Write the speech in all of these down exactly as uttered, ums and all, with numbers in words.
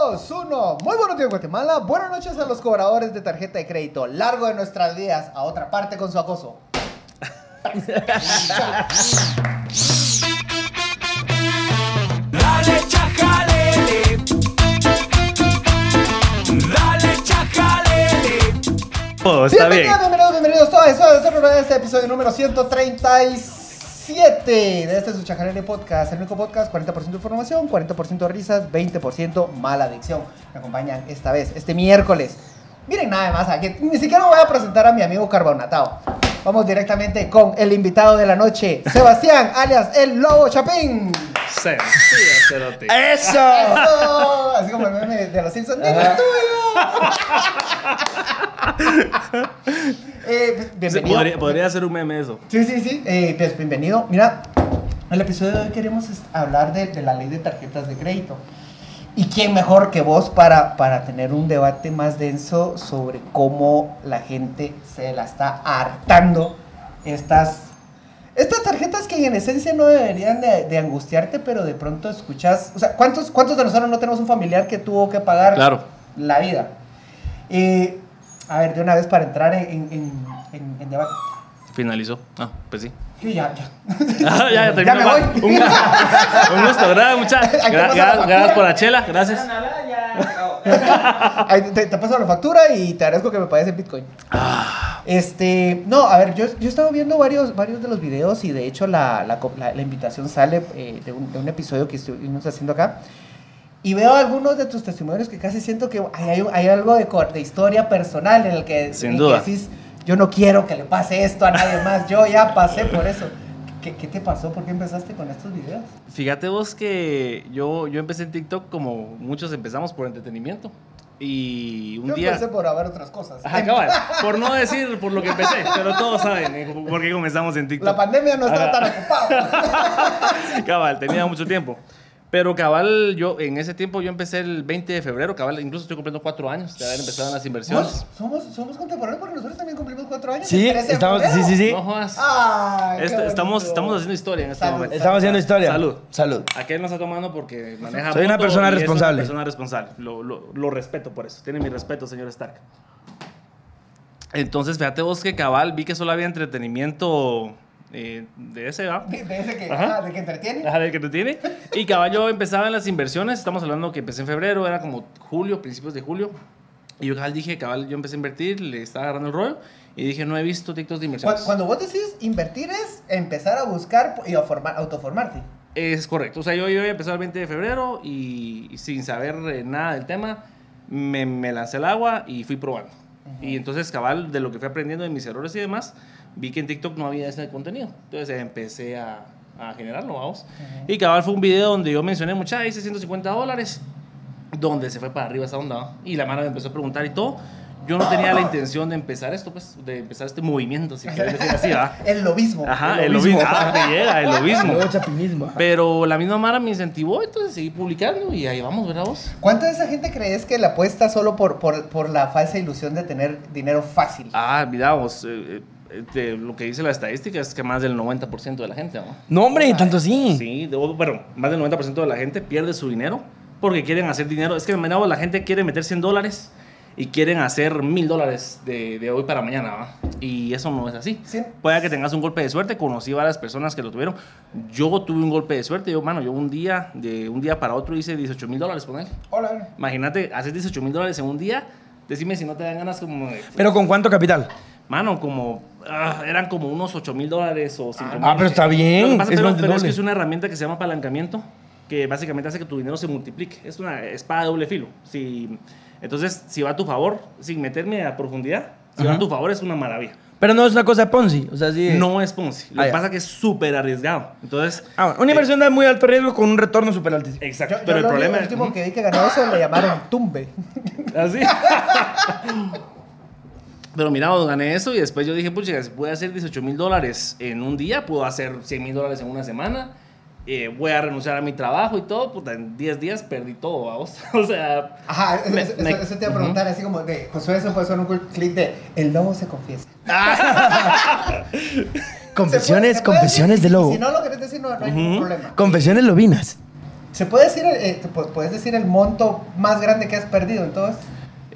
dos, uno. Muy buenos días, Guatemala. Buenas noches a los cobradores de tarjeta de crédito. Largo de nuestras vidas a otra parte con su acoso. Dale, chajalele. Dale, chajalele. Oh, está bien. Bienvenidos, bienvenidos, bienvenidos todos. Eso es otro este episodio número ciento treinta y siete de este su Chajalele Podcast. El único podcast, cuarenta por ciento de información, cuarenta por ciento risas, veinte por ciento mala adicción. Me acompañan esta vez, este miércoles. Miren nada más aquí. Ni siquiera voy a presentar a mi amigo Carbonatao. Vamos directamente con el invitado de la noche, Sebastián, alias el Lobo Chapín. Sí, cerote. ¡Eso! ¡Eso! Así como el meme de los Simpsons. ¡Dime tuyo! eh, pues, bienvenido. Podría, podría ser un meme eso. Sí, sí, sí. Eh, pues bienvenido. Mira, en el episodio de hoy queremos hablar de, de la ley de tarjetas de crédito. ¿Y quién mejor que vos para, para tener un debate más denso sobre cómo la gente se la está hartando estas, estas tarjetas que en esencia no deberían de, de angustiarte, pero de pronto escuchas... O sea, ¿cuántos, ¿cuántos de nosotros no tenemos un familiar que tuvo que pagar Claro. la vida? Eh, a ver, de una vez para entrar en, en, en, en debate. Finalizó. Ah, pues sí. Sí, ya, ya. Ah, ya, ya terminó. Ya me voy. Un gusto. Un gusto, gracias, muchachos. Ahí te paso la Gracias, factura. gracias por la chela, gracias. Ahí te, te paso la factura y te agradezco que me pagues en Bitcoin. Este, no, a ver, yo, yo he estado viendo varios, varios de los videos y de hecho la, la, la, la invitación sale eh, de, un, de un episodio que estuvimos haciendo acá. Y veo algunos de tus testimonios que casi siento que hay, hay, hay algo de, de historia personal en el que, Sin en el duda. que decís, yo no quiero que le pase esto a nadie más, yo ya pasé por eso. ¿Qué, qué te pasó? ¿Por qué empezaste con estos videos? Fíjate vos que yo, yo empecé en TikTok como muchos empezamos por entretenimiento. Y un Yo día... empecé por haber otras cosas. Ajá, cabal. Por no decir por lo que empecé, pero todos saben eh, por qué comenzamos en TikTok. La pandemia no estaba Ajá. tan ocupada. Cabal, tenía mucho tiempo. Pero cabal, yo en ese tiempo yo empecé el veinte de febrero, cabal, incluso estoy cumpliendo cuatro años de haber empezado en las inversiones. ¿Vos? Somos, somos contemporáneos porque nosotros también cumplimos cuatro años. Sí, el trece de estamos, sí, febrero. sí, sí. No jodas. Ay, qué Este- bonito. estamos, estamos haciendo historia en este Salud. momento. Estamos haciendo historia. Salud. Salud. Aquel no está tomando porque maneja Soy una moto persona y es responsable. una persona responsable. Lo, lo, lo respeto por eso. Tiene mi respeto, señor Stark. Entonces, fíjate vos que cabal, vi que solo había entretenimiento eh, de ese, ¿va? De de ese que, Ajá. ah, de que entretiene. Ajá, del que te tiene. Y cabal, yo empezaba en las inversiones. Estamos hablando que empecé en febrero, era como julio, principios de julio. Y yo cabal dije, cabal, yo empecé a invertir, le estaba agarrando el rollo. Y dije, no he visto TikToks de inversiones. Cuando, cuando vos decís invertir es empezar a buscar y a formar, autoformarte. Es correcto. O sea, yo, yo había empezado el veinte de febrero y, y sin saber eh, nada del tema, me, me lancé al agua y fui probando. Uh-huh. Y entonces, cabal, de lo que fui aprendiendo de mis errores y demás, vi que en TikTok no había ese contenido. Entonces empecé a, a generarlo, vamos. Uh-huh. Y cabal fue un video donde yo mencioné, mucha, hice ciento cincuenta dólares, donde se fue para arriba esa onda, ¿va? Y la mano me empezó a preguntar y todo. Yo no tenía la intención de empezar esto, pues, de empezar este movimiento, si quieres decir así, ¿va? El lobismo. Ajá, El el lobismo. lobismo. Ah, te llega, el lobismo. Luego chapinismo. Pero la misma Mara me incentivó, entonces seguí publicando y ahí vamos, ¿verdad vos? ¿Cuánta de esa gente crees que la apuesta solo por, por, por la falsa ilusión de tener dinero fácil? Ah, mira vos, eh, eh, de lo que dice la estadística es que más del noventa por ciento de la gente, ¿no? No, hombre, tanto así. Sí, de, bueno, más del noventa por ciento de la gente pierde su dinero porque quieren hacer dinero. Es que, mira vos, la gente quiere meter cien dólares y quieren hacer mil dólares de, de hoy para mañana, ¿va? Y eso no es así. Sí. Puede que tengas un golpe de suerte. Conocí varias personas que lo tuvieron. Yo tuve un golpe de suerte. Yo, mano, yo un día, de un día para otro hice dieciocho mil dólares con él. Hola. Imagínate, haces dieciocho mil dólares en un día. Decime si no te dan ganas como de... ¿Pero con cuánto capital? Mano, como... ah, eran como unos ocho mil dólares o cinco mil. Ah, pero está bien. Lo que pasa, Es pero, más del pero es doble. que es una herramienta que se llama apalancamiento, que básicamente hace que tu dinero se multiplique. Es una espada de doble filo. Si, entonces, si va a tu favor, sin meterme a profundidad, si va Ajá. a tu favor es una maravilla. Pero no es una cosa de Ponzi. O sea, sí. No es Ponzi. Lo Ah, que ya. pasa es que es súper arriesgado. Entonces... Ah, bueno, una inversión de muy alto riesgo con un retorno súper altísimo. eh, exacto. Yo, pero yo el lo problema único- es... el último que vi que ganó eso le llamaron tumbe. ¿Así? Pero mira, gané eso y después yo dije, pucha, si puedo hacer dieciocho mil dólares en un día, puedo hacer cien mil dólares en una semana, eh, voy a renunciar a mi trabajo y todo, puta, en diez días perdí todo, ¿vamos? O sea... Ajá, eso, me- eso- me- eso te iba a preguntar, así como de Josué, eso puede ser un clic de el lobo se confiesa. Confesiones, Se puede- se puede confesiones decir, de y lobo. Si no lo querés decir, no, no hay ningún problema. Confesiones lobinas. ¿Se puede decir, eh, te pu- puedes decir el monto más grande que has perdido en todo esto?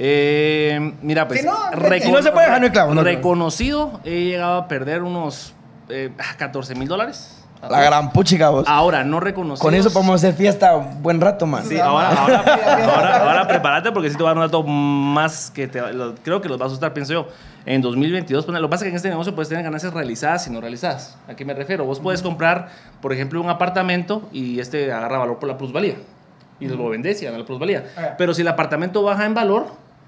Eh, mira, pues. Si no, recono- si no se puede dejar no hay clavo, no, no. reconocido, he llegado a perder unos eh, catorce mil dólares. La gran puchica, vos. Ahora, no reconocidos. Con eso podemos hacer fiesta un buen rato, man. Sí, ahora, ahora, ahora, ahora prepárate porque sí te voy a dar un dato más que te, lo- creo que los va a asustar, pienso yo. En dos mil veintidós, pues, lo que pasa es que en este negocio puedes tener ganancias realizadas y no realizadas. ¿A qué me refiero? Vos puedes comprar, por ejemplo, un apartamento y este agarra valor por la plusvalía. Y lo vendés y gana la plusvalía. Ah. Pero si el apartamento baja en valor,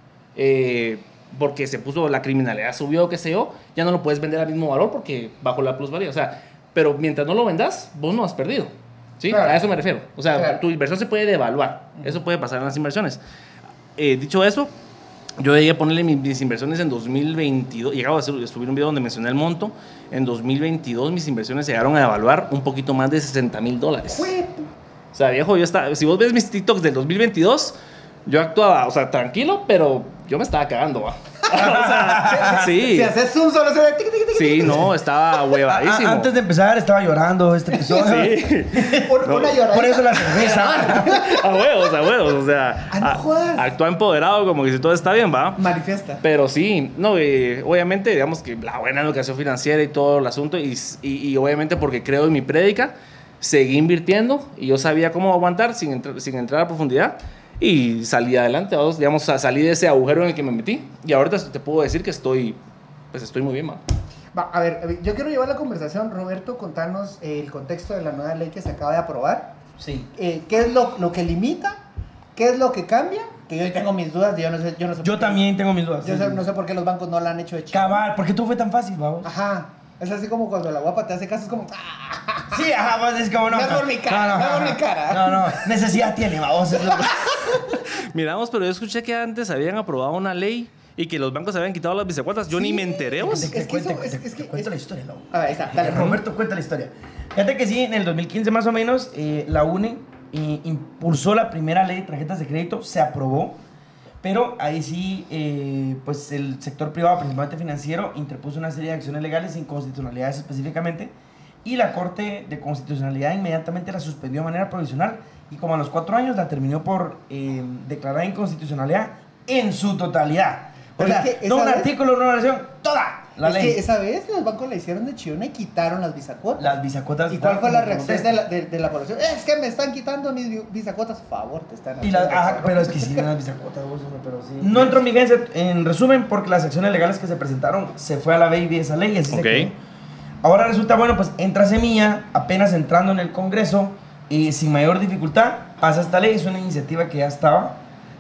eh, porque se puso, la criminalidad subió, qué sé yo, ya no lo puedes vender al mismo valor porque bajó la plusvalía. O sea, pero mientras no lo vendas, vos no has perdido. ¿Sí? Claro. A eso me refiero. O sea, Claro. tu inversión se puede devaluar. Eso puede pasar en las inversiones. Eh, dicho eso, yo llegué a ponerle mis, mis inversiones en dos mil veintidós. Llegaba a, hacer, a subir un video donde mencioné el monto. En dos mil veintidós mis inversiones llegaron a devaluar un poquito más de sesenta mil dólares. Fue- O sea, viejo, yo estaba... Si vos ves mis TikToks del dos mil veintidós, yo actuaba, o sea, tranquilo, pero yo me estaba cagando, va. O sea, sí. Si haces zoom solo se ve tic, tic, tic, tic, Sí, tic. no, estaba A- huevadísimo. a- antes de empezar estaba llorando este episodio. Sí. Por- No. Una lloradita. Por eso la cerveza. A huevos, a huevos, o sea, Ah, no a- jodas. actúa empoderado como que si todo está bien, va. Manifiesta. Pero sí, no, eh, obviamente, digamos que la buena educación financiera y todo el asunto, y, y, y obviamente porque creo en mi prédica, seguí invirtiendo y yo sabía cómo aguantar sin, entrar sin entrar a profundidad y salí adelante, vamos, digamos, a- salí de ese agujero en el que me metí y ahorita te puedo decir que estoy, pues estoy muy bien, man. Va, a ver, yo quiero llevar la conversación. Roberto, contanos eh, el contexto de la nueva ley que se acaba de aprobar. Sí. Eh, ¿Qué es lo, lo que limita? ¿Qué es lo que cambia? Que yo tengo mis dudas, yo no sé, yo no sé Yo por qué- también tengo mis dudas. Yo sé- no sé por qué los bancos no la han hecho de chico. Cabal, ¿por qué tú fue tan fácil, vamos? Ajá. Es así como cuando la guapa te hace caso, es como... ¡ah! Sí, ajá, pues es como no. No es por mi cara, no es por mi cara. No, no, necesidad tiene, vamos. Miramos, pero yo escuché que antes habían aprobado una ley y que los bancos habían quitado las bisacuotas. Yo ni me enteré, vos. Es Te que eso- cuente- es- te- es que- te cuento es- la historia, Lau. A ver, ahí está, dale. Roberto cuenta la historia. Fíjate que sí, en el dos mil quince más o menos, eh, la U N E eh, impulsó la primera ley de tarjetas de crédito, se aprobó, pero ahí sí, eh, pues el sector privado, principalmente financiero, interpuso una serie de acciones legales, inconstitucionalidades específicamente, y la Corte de Constitucionalidad inmediatamente la suspendió de manera provisional, y como a los cuatro años la terminó por eh, declarar inconstitucionalidad en su totalidad. O Pero sea, es que no esa un vez- artículo, no una oración, toda la es ley. que esa vez los bancos la hicieron de chillona y quitaron las bisacuotas. Las bisacuotas. ¿Y cuál fue la reacción protesta. de la, de, de la población? Es que me están quitando mis bi- bisacuotas. Favor, te están Y las, haciendo, ajá, cabrón. pero es que sí, las bisacuotas, vos, hombre, pero sí. No entró en vigencia, en resumen, porque las acciones legales que se presentaron se fue a la baby esa ley. Así se Ok. quedó. Ahora resulta, bueno, pues entra Semilla, apenas entrando en el Congreso, y sin mayor dificultad pasa esta ley. Es una iniciativa que ya estaba,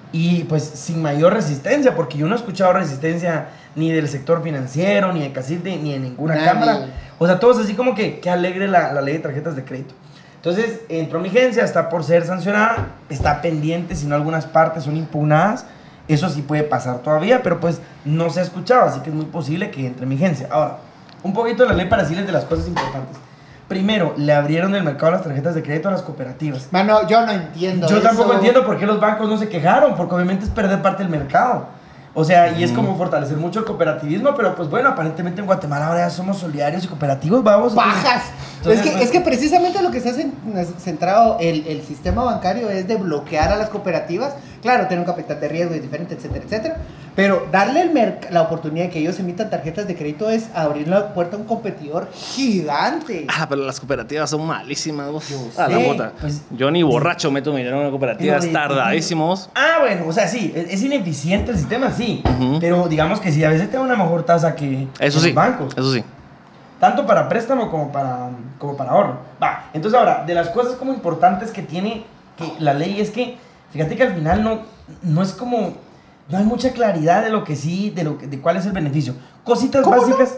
y pues sin mayor resistencia, porque yo no he escuchado resistencia ni del sector financiero, ni de Casilde, ni de ninguna Nadie. cámara. O sea, todos así como que, que alegre la, la ley de tarjetas de crédito. Entonces, entró en vigencia, está por ser sancionada, está pendiente, si no algunas partes son impugnadas. Eso sí puede pasar todavía, pero pues no se ha escuchado, así que es muy posible que entre en vigencia. Ahora, un poquito de la ley para decirles de las cosas importantes. Primero, le abrieron el mercado a las tarjetas de crédito a las cooperativas. Mano, yo no entiendo. Yo tampoco eso. entiendo por qué los bancos no se quejaron, porque obviamente es perder parte del mercado. O sea, y es como fortalecer mucho el cooperativismo, pero pues bueno, aparentemente en Guatemala ahora ya somos solidarios y cooperativos, vamos. Bajas. Entonces, es, que, pues- es que precisamente lo que se ha cen- centrado el, el sistema bancario es de bloquear a las cooperativas. Claro, tener un capital de riesgo es diferente, etcétera, etcétera. Pero darle el merc- la oportunidad de que ellos emitan tarjetas de crédito es abrir la puerta a un competidor gigante. Ah, pero las cooperativas son malísimas, vos. Yo A la sé, bota. pues- Yo ni borracho meto mi dinero en una cooperativa, Pero es de- tardadísimo, vos. Ah, bueno, o sea, sí, es, es ineficiente el sistema, sí. Ujú. Pero digamos que sí, a veces te da una mejor tasa que Eso que sí, los bancos. eso sí. Tanto para préstamo como para, como para ahorro. Va, entonces ahora, de las cosas como importantes que tiene que la ley es que, fíjate que al final no, no es como, no hay mucha claridad de lo que sí, de, lo que, de cuál es el beneficio. Cositas ¿Cómo no? básicas.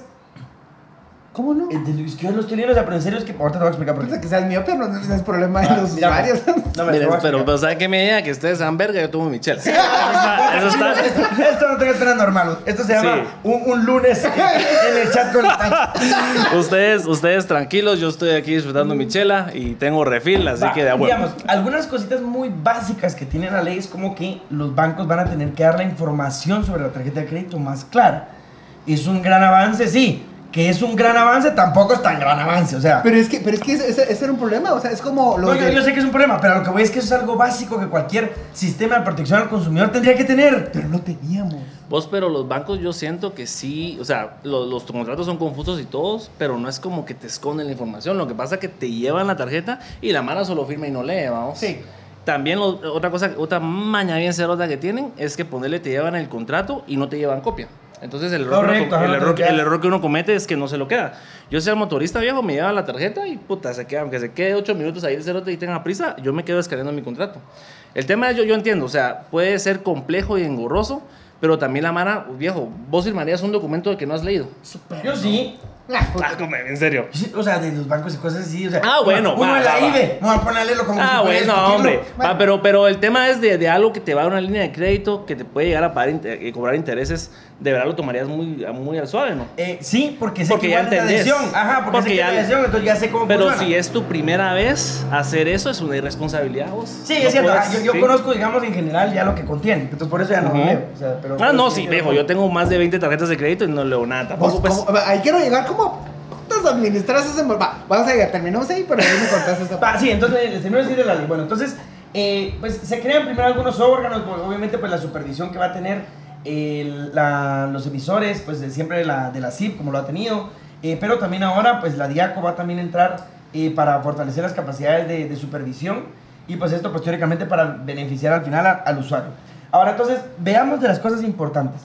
¿Cómo no? eh, de- es que yo lo estoy leyendo, o sea, pero en serio es que ahorita te voy a explicar por Puta, qué. que seas mío, pero no, no es problema de Ah, los mira, usuarios. No, me Miren, lo voy a pero, explicar. pero ¿sabe qué me diga? Que ustedes sean verga, yo tomo mi chela. Eso está, eso está- Esto, esto no tengo que tener normal. Esto se llama Sí. un, un lunes en el chat con la Ustedes, ustedes tranquilos, yo estoy aquí disfrutando mi chela y tengo refil, así Va, que de a huevo. digamos, algunas cositas muy básicas que tiene la ley es como que los bancos van a tener que dar la información sobre la tarjeta de crédito más clara. Es un gran avance, sí. que es un gran avance, tampoco es tan gran avance, o sea... Pero es que, pero es que ese, ese- ese era un problema, o sea, es como... No, los yo, de- yo sé que es un problema, pero lo que voy es que eso es algo básico que cualquier sistema de protección al consumidor tendría que tener. Pero no teníamos. Vos, pero los bancos yo siento que sí, o sea, lo- los contratos son confusos y todos, pero no es como que te esconden la información. Lo que pasa es que te llevan la tarjeta y la mano solo firma y no lee, vamos. Sí. También lo- otra cosa, otra maña bien cerota que tienen es que ponerle te llevan el contrato y no te llevan copia. Entonces el error, Correcto, que, uno, ajá, el, no te error, queda. el error que uno comete es que no se lo queda. Yo soy el motorista viejo, me lleva la tarjeta y puta, se queda, aunque se quede ocho minutos ahí el cerote y tenga prisa, yo me quedo escaneando mi contrato. El tema es, yo, yo entiendo, o sea, puede ser complejo y engorroso, pero también la mara, viejo, vos firmarías un documento que no has leído. Yo sí. Ah, pues, Ah, come, en serio. Sí, o sea, de los bancos y cosas así, o sea... Ah, bueno, Uno va, en la va, va. I B E, no va a ponerlo como... Ah, si fuera bueno, discutirlo. hombre. Bueno. Va, pero, pero el tema es de, de algo que te va a dar una línea de crédito que te puede llegar a pagar, inter- eh, cobrar intereses. De verdad lo tomarías muy, muy al suave, ¿no? Eh, sí, porque sé Porque que ya igual es la entendés. adhesión. Ajá, porque, Porque sé que ya- es la adhesión, entonces ya sé cómo Pero funciona. si es tu primera vez hacer eso, es una irresponsabilidad, vos. Sí, No es cierto. puedes- ah, yo yo sí. conozco, digamos, en general ya lo que contiene. Entonces por eso ya no Ujú. lo leo. O sea, pero, Ah, no, sí, yo- viejo. Yo tengo más de veinte tarjetas de crédito y no leo nada tampoco. vos, Pues. como- ahí quiero llegar como... putas administras ese... Va, vamos a llegar, terminamos ahí, pero ahí me contaste esa Va, sí, entonces les termino de decir de la ley. Bueno, entonces, eh, pues se crean primero algunos órganos, pues, obviamente pues la supervisión que va a tener el- la- los emisores, pues de siempre de la, de la C I P, como lo ha tenido, eh, pero también ahora pues la DIACO va también a entrar eh, para fortalecer las capacidades de, de supervisión y pues esto pues teóricamente para beneficiar al final a- al usuario. Ahora entonces, veamos de las cosas importantes.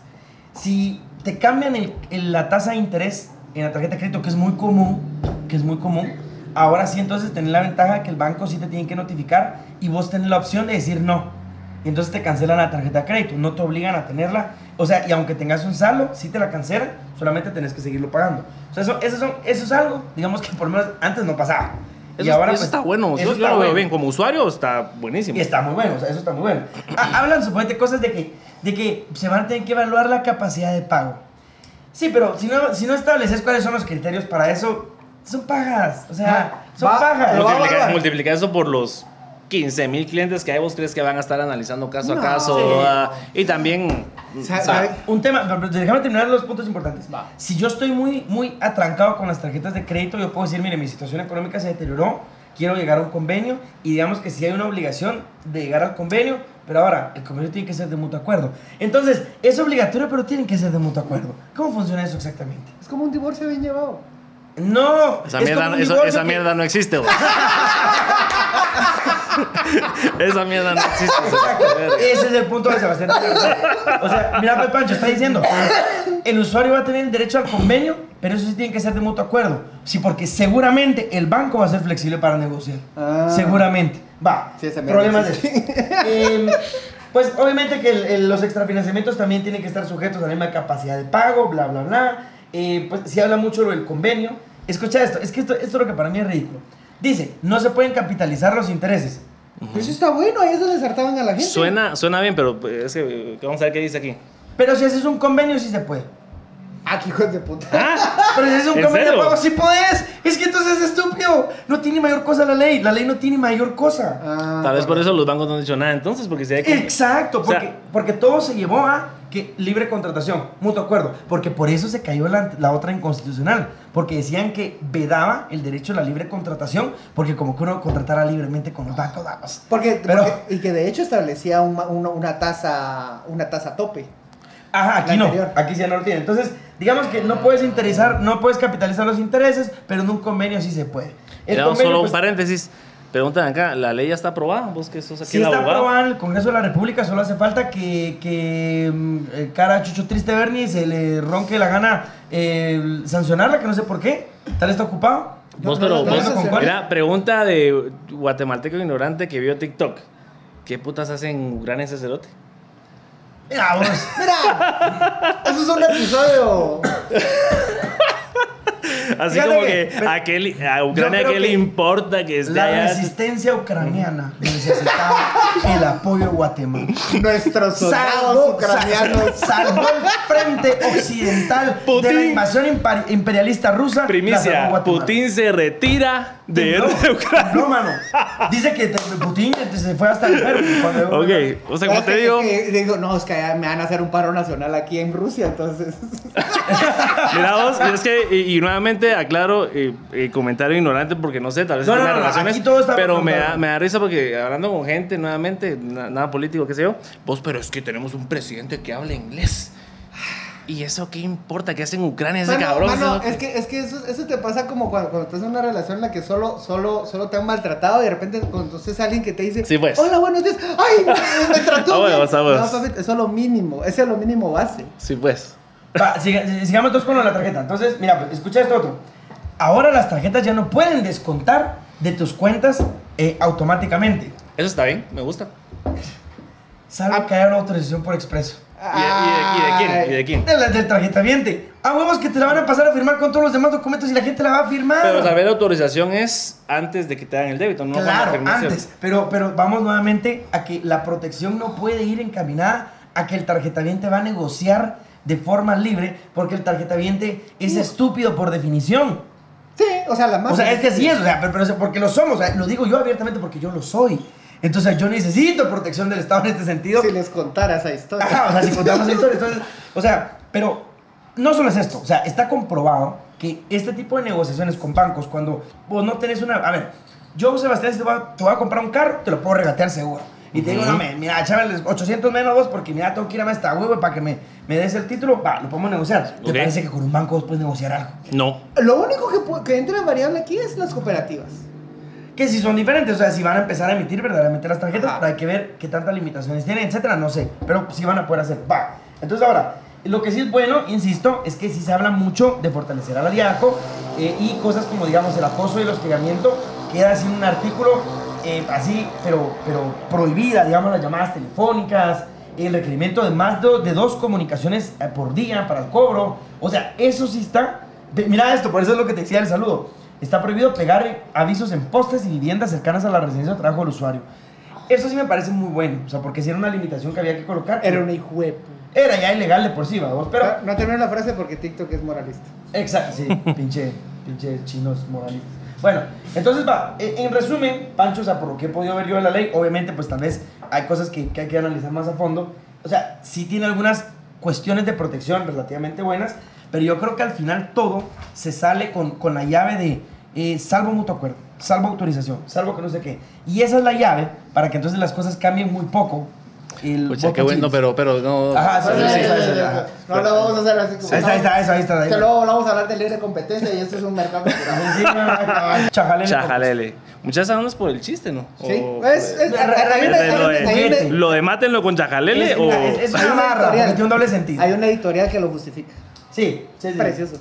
Si te cambian el- el- la tasa de interés en la tarjeta de crédito, que es muy común, que es muy común, ahora sí entonces tenés la ventaja que el banco sí te tiene que notificar y vos tenés la opción de decir no. Y entonces te cancelan la tarjeta de crédito, no te obligan a tenerla. O sea, y aunque tengas un saldo, si te la cancelan, solamente tenés que seguirlo pagando. O sea, eso, eso, son- eso es algo, digamos que por lo menos antes no pasaba. Eso, y ahora eso pues, está bueno. eso Yo, yo está lo veo bueno. bien. Como usuario está buenísimo. Y está muy bueno, o sea, eso está muy bueno. Ha- Hablan, suponete, cosas de que, de que se van a tener que evaluar la capacidad de pago. Sí, pero si no, si no estableces cuáles son los criterios para eso, son pagas. O sea, son Va, pagas. lo va a Multiplica, evaluar. multiplica eso por los quince mil clientes que hay. ¿Vos crees que van a estar analizando caso No. a caso? Sí. Ah, y también... Sa- o sea, sabe- Un tema, pero- pero déjame terminar los puntos importantes. Va. Si yo estoy muy, muy atrancado con las tarjetas de crédito, yo puedo decir, mire, mi situación económica se deterioró, quiero llegar a un convenio y digamos que sí hay una obligación de llegar al convenio, pero ahora el convenio tiene que ser de mutuo acuerdo. Entonces, es obligatorio, pero tienen que ser de mutuo acuerdo. ¿Cómo funciona eso exactamente? Es como un divorcio bien llevado. No, esa es mierda, como un eso- divorcio esa que- mierda no existe. vos. Esa mierda no existe. Exacto. Ese es el punto de Sebastián. O sea, mira, pues, Pancho está diciendo, el usuario va a tener el derecho al convenio, pero eso sí tiene que ser de mutuo acuerdo. Sí, porque seguramente el banco va a ser flexible para negociar. Ah. Seguramente. Va. Sí, esa mierda Problemas de existe. Eh, pues obviamente que el- el- los extrafinanciamientos también tienen que estar sujetos a la misma capacidad de pago, bla, bla, bla. Eh, pues se habla mucho del convenio. Escucha esto, es que esto, esto es lo que para mí es ridículo. Dice, no se pueden capitalizar los intereses. Pero eso está bueno, ahí es donde saltaban a la gente. Suena, suena bien, pero pues, es que, vamos a ver qué dice aquí. Pero si haces un convenio, sí se puede. Ah, qué hijos de puta. Pero si haces un ¿En convenio de serio? pago, sí podés. Es que entonces es estúpido. No tiene mayor cosa la ley. La ley no tiene mayor cosa. Ah, Tal vez por correcto. eso los bancos no han dicho nada entonces, porque si hay que... Exacto, O sea- porque, porque todo se llevó a que libre contratación, mutuo acuerdo. Porque por eso se cayó la, la otra inconstitucional. Porque decían que vedaba el derecho a la libre contratación, porque como que uno contratara libremente con los bancos, vamos. Porque, Pero- porque- y que de hecho establecía una, una, una tasa una tasa tope. Ajá, aquí La no, anterior. aquí sí ya no lo tiene. Entonces, digamos que no puedes interesar, no puedes capitalizar los intereses, pero en un convenio sí se puede. El Mira, convenio, solo pues, un paréntesis. Preguntan acá, ¿la ley ya está aprobada? Vos que sos aquí sí el está abogado. aprobada en el Congreso de la República, solo hace falta que, que mm, eh, cara a Chucho Triste Bernie se le ronque la gana eh, sancionarla, que no sé por qué. Tal está ocupado. Vos, No, pero no, no, vos, no, no, no. mira, pregunta de guatemalteco ignorante que vio TikTok. ¿Qué putas hacen gran ese cerote? Mira vos. Mira, eso es un episodio. Así Fíjate como que- que, a, qué le- a Ucrania creo qué le que importa que esté La allá. resistencia ucraniana necesitaba el apoyo de Guatemala. Nuestros soldados Salvó, ucranianos. salvó el frente occidental Putin. de la invasión impar- imperialista rusa. la Primicia, salvó Guatemala. Putin se retira de, No, de Ucrania. no, mano. Dice que te- Putin se fue hasta el perro. Cuando- Ok, o sea, como te Es que- digo, es que digo, no, es que me van a hacer un paro nacional aquí en Rusia, entonces. mira vos, y es que, y, y nuevamente aclaro, eh, eh, comentario ignorante porque no sé, tal vez No, tiene no, no, relaciones, aquí todo está pero me da, preguntado. me da risa porque hablando con gente, nuevamente, na- nada político, qué sé yo, vos, pero es que tenemos un presidente que habla inglés. ¿Y eso qué importa? ¿Qué hace en Ucrania ese Mano, cabrón? mano, Eso- es que, es que eso, eso te pasa como cuando, cuando estás en una relación en la que solo, solo, solo te han maltratado y de repente conoces a alguien que te dice, Sí, pues. hola, buenos días, ¡ay! Me trató Ah, bien. huevos, ah, huevos. No, papi, eso es lo mínimo, ese es lo mínimo base. Sí, pues. Va, siga- sigamos entonces con lo de la tarjeta. Entonces, mira, pues, escucha esto otro. Ahora las tarjetas ya no pueden descontar de tus cuentas eh, automáticamente, Eso está bien, me gusta. salvo que haya una autorización por expreso. ¿Y de, y de- y de quién? ¿Y de quién? De la, del tarjetaviente. A huevos que te la van a pasar a firmar con todos los demás documentos y la gente la va a firmar. Pero saber la autorización es antes de que te hagan el débito, no cuando Claro, firmes, ¿cierto? antes. Pero, pero vamos nuevamente a que la protección no puede ir encaminada a que el tarjetaviente va a negociar de forma libre, porque el tarjetaviente es No. estúpido por definición. Sí, o sea, la más. O sea, es que así es, o sea, pero, pero porque lo somos, o sea, lo digo yo abiertamente porque yo lo soy. Entonces yo necesito protección del Estado en este sentido. Si les contara esa historia. Ajá, o sea, si contamos la historia, entonces, o sea, pero no solo es esto, o sea, está comprobado que este tipo de negociaciones con bancos, cuando vos no tenés una, a ver, yo, Sebastián, si te voy a, te voy a comprar un carro, te lo puedo regatear seguro. Y te digo, Ujú. no, me, mira, chámales ochocientos menos vos porque mira, tengo que ir a esta huevo para que me, me des el título, va, lo podemos negociar. ¿Te Ok. parece que con un banco vos puedes negociar algo? No. Lo único que, pu- que entra en variable aquí es las cooperativas. Que si son diferentes, o sea, si van a empezar a emitir verdaderamente las tarjetas, Ajá. pero hay que ver qué tantas limitaciones tienen, etcétera, no sé, pero sí van a poder hacer. Va. Entonces ahora, lo que sí es bueno, insisto, es que sí se habla mucho de fortalecer al aliaco eh, y cosas como, digamos, el acoso y el hostigamiento, queda así en un artículo eh, así, pero, pero prohibida, digamos, las llamadas telefónicas, el requerimiento de más de, de dos comunicaciones eh, por día para el cobro, o sea, eso sí está. Ve, mira esto, por eso es lo que te decía el saludo. Está prohibido pegar avisos en postes y viviendas cercanas a la residencia o trabajo del usuario. Eso sí me parece muy bueno, o sea, porque si era una limitación que había que colocar. Era una hijo de pu- Era ya ilegal de por sí, vamos, pero... No, no termino la frase porque TikTok es moralista. Exacto, sí, pinche, pinche chinos moralistas. Bueno, entonces va, en, en resumen, Pancho, o sea, por lo que he podido ver yo de la ley, obviamente, pues tal vez hay cosas que, que hay que analizar más a fondo. O sea, sí tiene algunas cuestiones de protección relativamente buenas, pero yo creo que al final todo se sale con, con la llave de eh, salvo mutuo acuerdo, salvo autorización, salvo que no sé qué. Y esa es la llave para que entonces las cosas cambien muy poco. El Pucha, qué voto bueno, sí. pero, pero no. Ajá, sí, Sí, sí, sí, sí, sí, sí, sí, ajá. sí. No lo vamos a hacer así como. Ahí está, ahí está, eso, ahí está. ahí Que está. luego vamos a hablar de libre competencia y esto es un mercado natural. Sí, no, no, no, chajalele. Chajalele. Muchas veces por el chiste, ¿no? Sí. O- Es- es- Re- hay- hay Es una- de hay lo, una- de, hay una- lo de mátenlo con chajalele Es, o. es, es Hay una una barra, editorial. porque tiene un doble sentido. Hay una editorial que lo justifica. Sí, sí, sí. Precioso.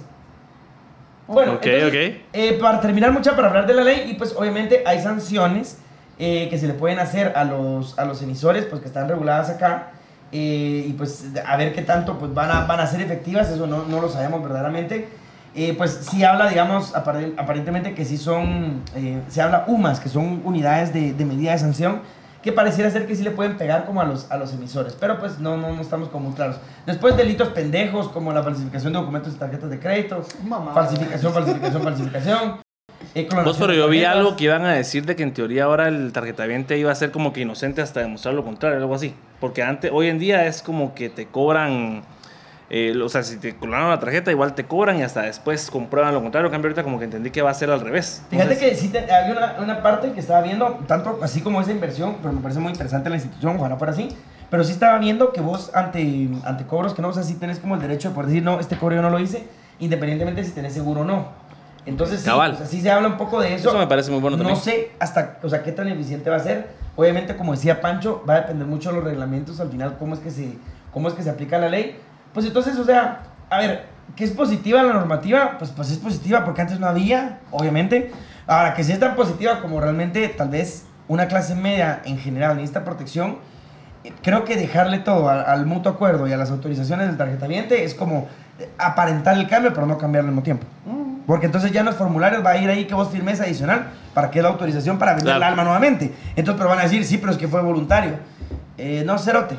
Bueno, Ok, entonces, ok. eh, para terminar mucha, para hablar de la ley, y pues obviamente hay sanciones eh, que se le pueden hacer a los, a los emisores, pues que están reguladas acá, eh, y pues a ver qué tanto pues, van, a, van a ser efectivas, eso no, no lo sabemos verdaderamente. Eh, pues sí habla, digamos, apare- aparentemente que sí son, eh, se habla U M A S, que son unidades de, de medida de sanción, que pareciera ser que sí le pueden pegar como a los, a los emisores, pero pues no, no, no estamos como muy claros. Después delitos pendejos como la falsificación de documentos y tarjetas de crédito, Mamá. falsificación, falsificación, falsificación. eh, clonación Vos, pero de yo vi tarjetas. algo que iban a decir de que en teoría ahora el tarjetaviente iba a ser como que inocente hasta demostrar lo contrario, algo así. Porque antes, hoy en día es como que te cobran, eh, o sea, si te clonaron la tarjeta, igual te cobran y hasta después comprueban lo contrario. En cambio, ahorita como que entendí que va a ser al revés. Fíjate Entonces, que sí te- hay una, una parte que estaba viendo, tanto así como esa inversión, pero me parece muy interesante la institución, ojalá fuera así, pero sí estaba viendo que vos ante, ante cobros que no, o sea, sí tenés como el derecho de poder decir, no, este cobro yo no lo hice, independientemente si tenés seguro o no. Entonces sí, Cabal. o sea, sí se habla un poco de eso. Eso me parece muy bueno No también. sé hasta, o sea, qué tan eficiente va a ser. Obviamente, como decía Pancho, va a depender mucho de los reglamentos, al final, cómo es que se, cómo es que se aplica la ley. Pues entonces, o sea, a ver, ¿qué es positiva la normativa? Pues, pues es positiva porque antes no había, obviamente. Ahora, que sí es tan positiva como realmente tal vez una clase media en general necesita protección, eh, creo que dejarle todo al, al mutuo acuerdo y a las autorizaciones del tarjetaviente es como eh, aparentar el cambio, pero no cambiarlo al mismo tiempo. Mm. Porque entonces ya en los formularios va a ir ahí que vos firmes adicional para que es la autorización para vender Claro. el alma nuevamente. Entonces, pero van a decir, sí, pero es que fue voluntario. Eh, no, cerote.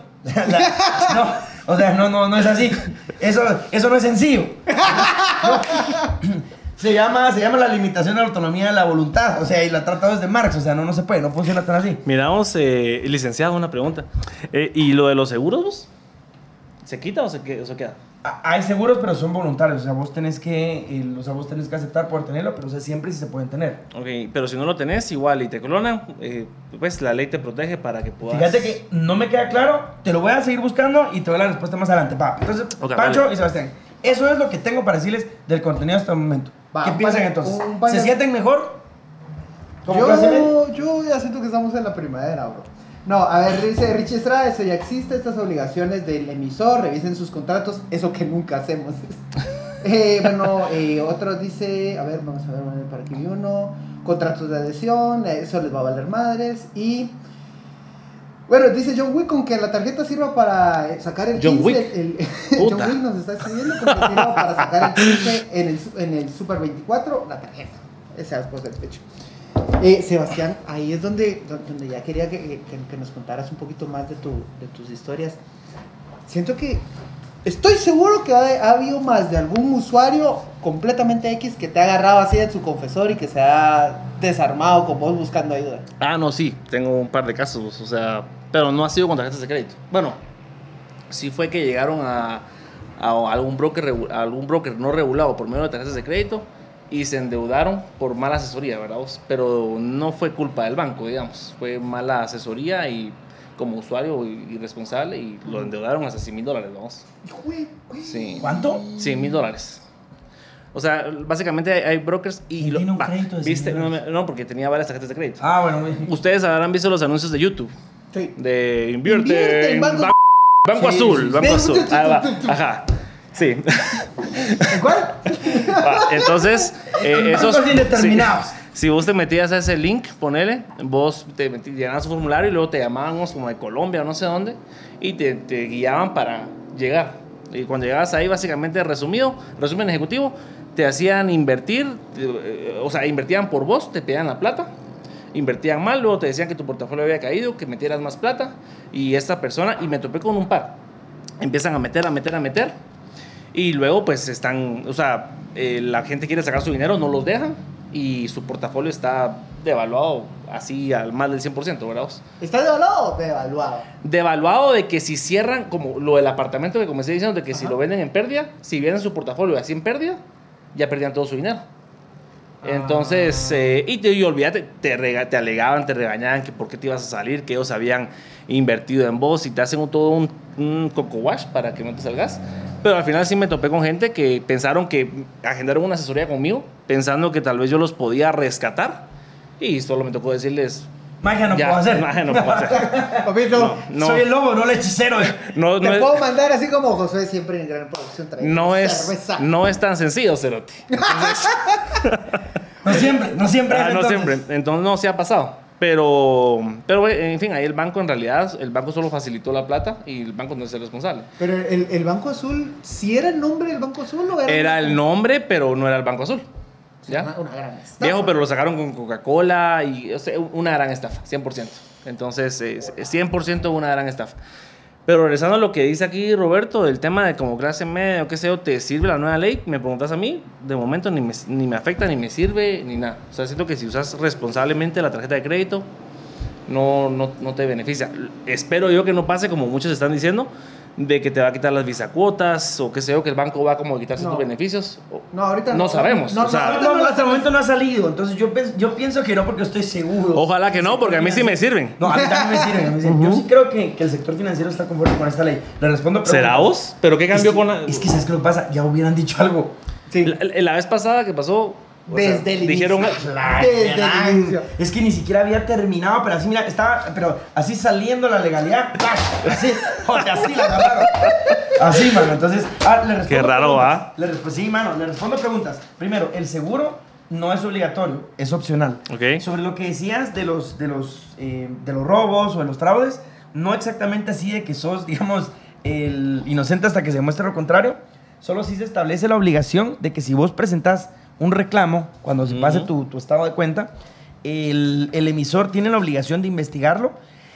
no, o sea, no, no, no es así. Eso, eso no es sencillo. No. Se llama, se llama la limitación de la autonomía de la voluntad. O sea, y la tratado desde Marx. O sea, no, no se puede, no funciona tan así. Miramos, eh, licenciado, una pregunta. Eh, ¿Y lo de los seguros, vos? ¿Se quita o se, que- o se queda? A- Hay seguros, pero son voluntarios. O sea, vos tenés que, eh, o sea, vos tenés que aceptar poder tenerlo, pero o sea, siempre sí se pueden tener. Ok, pero si no lo tenés, igual y te clonan, eh, pues la ley te protege para que puedas... Fíjate que no me queda claro, te lo voy a seguir buscando y te doy la respuesta más adelante. Pa. Entonces, Ok, Pancho vale. y Sebastián, eso es lo que tengo para decirles del contenido hasta el momento. Va, ¿Qué un piensan baño- entonces? un baño- ¿Se sienten mejor? ¿Como clase media? Yo, yo ya siento que estamos en la primavera, bro. No, a ver, dice Richie Estrada, eso ya existe, estas obligaciones del emisor, revisen sus contratos, eso que nunca hacemos. eh, bueno, eh, otro dice, a ver, vamos a ver, bueno, para aquí vi uno, contratos de adhesión, eso les va a valer madres, y... Bueno, dice John Wick, con que la tarjeta sirva para eh, sacar el John quince, Wick. el, el- John Puta. Wick nos está escribiendo, con que sirva para sacar el quince en el, su- en el Super veinticuatro, la tarjeta, esa es cosa del pecho. Eh, Sebastián, ahí es donde, donde ya quería que, que- que nos contaras un poquito más de, tu, de tus historias. Siento que, estoy seguro que ha, ha habido más de algún usuario completamente X que te ha agarrado así de su confesor y que se ha desarmado con vos buscando ayuda. Ah, no, sí, tengo un par de casos, o sea, pero no ha sido con tarjetas de crédito. Bueno, sí fue que llegaron a, a algún broker, regu- a algún broker no regulado por medio de tarjetas de crédito y se endeudaron por mala asesoría, ¿verdad vos? Pero no fue culpa del banco, digamos, fue mala asesoría y como usuario irresponsable y lo endeudaron hasta cien mil dólares, vamos. Güey, güey. Sí. ¿Cuánto? cien mil dólares. O sea, básicamente hay, hay brokers y... ¿Quién lo- tiene un va, crédito de cien ¿viste? mil No, dólares? no, porque tenía varias tarjetas de crédito. Ah, bueno, muy Ustedes habrán visto los anuncios de YouTube. Sí. De invierte, Invierte en en Banco- Ban- Banco Sí, Azul, sí, sí. Banco Ven, Azul. tu, tu, Ah, va, tu, tu. ajá. Sí. ¿En cuál? Va, entonces, eh, esos Bancos indeterminados. sí. Si vos te metías a ese link, ponele, vos te metí- llenabas un formulario y luego te llamábamos como de Colombia o no sé dónde y te, te guiaban para llegar. Y cuando llegabas ahí, básicamente, resumido, resumen ejecutivo, te hacían invertir, eh, o sea, invertían por vos, te pedían la plata, invertían mal, luego te decían que tu portafolio había caído, que metieras más plata y esta persona, y me topé con un par, empiezan a meter, a meter, a meter y luego pues están, o sea, eh, la gente quiere sacar su dinero, no los dejan y su portafolio está devaluado así al más del cien por ciento, ¿verdad vos? ¿Está devaluado o devaluado? Devaluado de que si cierran, como lo del apartamento que comencé diciendo, de que si Ajá. lo venden en pérdida, si venden su portafolio así en pérdida, ya perdían todo su dinero. Entonces, eh, y, te, y olvídate, te, rega, te alegaban, te regañaban que por qué te ibas a salir, que ellos habían invertido en vos y te hacen un, todo un, un coco wash para que no te salgas. Pero al final sí me topé con gente que pensaron que agendaron una asesoría conmigo, pensando que tal vez yo los podía rescatar y solo me tocó decirles... Magia no ya, puedo hacer. magia no puedo hacer. Papito, No, no. Soy el lobo, no el hechicero. No, te no es- puedo mandar así como Josué siempre en gran producción trae no es, cerveza. no es tan sencillo, Cerote. Entonces, No siempre, no siempre. ah, no entonces. siempre. Entonces no se ha pasado. Pero, pero, en fin, ahí el banco en realidad, el banco solo facilitó la plata y el banco no es el responsable. Pero el, el Banco Azul, ¿sí era el nombre del Banco Azul o era? Era el nombre, pero no era el Banco Azul. Una, ¿Ya? una gran estafa. Viejo, pero lo sacaron con Coca-Cola y o sea, una gran estafa, cien por ciento. Entonces, eh, cien por ciento una gran estafa. Pero regresando a lo que dice aquí Roberto, del tema de como clase media o qué sé yo, ¿te sirve la nueva ley? Me preguntas a mí, de momento ni me, ni me afecta, ni me sirve, ni nada. O sea, siento que si usas responsablemente la tarjeta de crédito, no, no, no te beneficia. Espero yo que no pase como muchos están diciendo, de que te va a quitar las visacuotas o qué sé yo, que el banco va como a quitar ciertos No. beneficios. O- No, ahorita no sabemos, No, o sea- no, No, ahorita no, no, hasta el momento no ha salido. Entonces yo, pens- yo pienso que no porque estoy seguro. Ojalá que no, porque a mí sí me sirven. No, a mí también me sirven. a mí sí. Yo sí creo que, que el sector financiero está conforme con esta ley. Le respondo. pero- ¿Será vos? ¿Pero qué cambió es que, con la...? Es que, ¿sabes qué lo que pasa? Ya hubieran dicho algo. Sí. La, la vez pasada que pasó, o sea, Desde el dijeron, inicio. Ay, Desde el ay, inicio. Es que ni siquiera había terminado, pero así, mira, estaba, pero así saliendo la legalidad, ¡tac! Así, o sea, así la agarraron. Así, mano, entonces, ah, le respondo Qué raro, preguntas. ¿ah? Le resp- sí, mano, le respondo preguntas. Primero, el seguro no es obligatorio, es opcional. Ok. Sobre lo que decías de los, de los, eh, de los robos o de los fraudes, no exactamente así de que sos, digamos, el inocente hasta que se demuestre lo contrario. Solo sí se establece la obligación de que si vos presentás un reclamo, cuando se pase Ujú. tu, tu estado de cuenta, el, el emisor tiene la obligación de investigarlo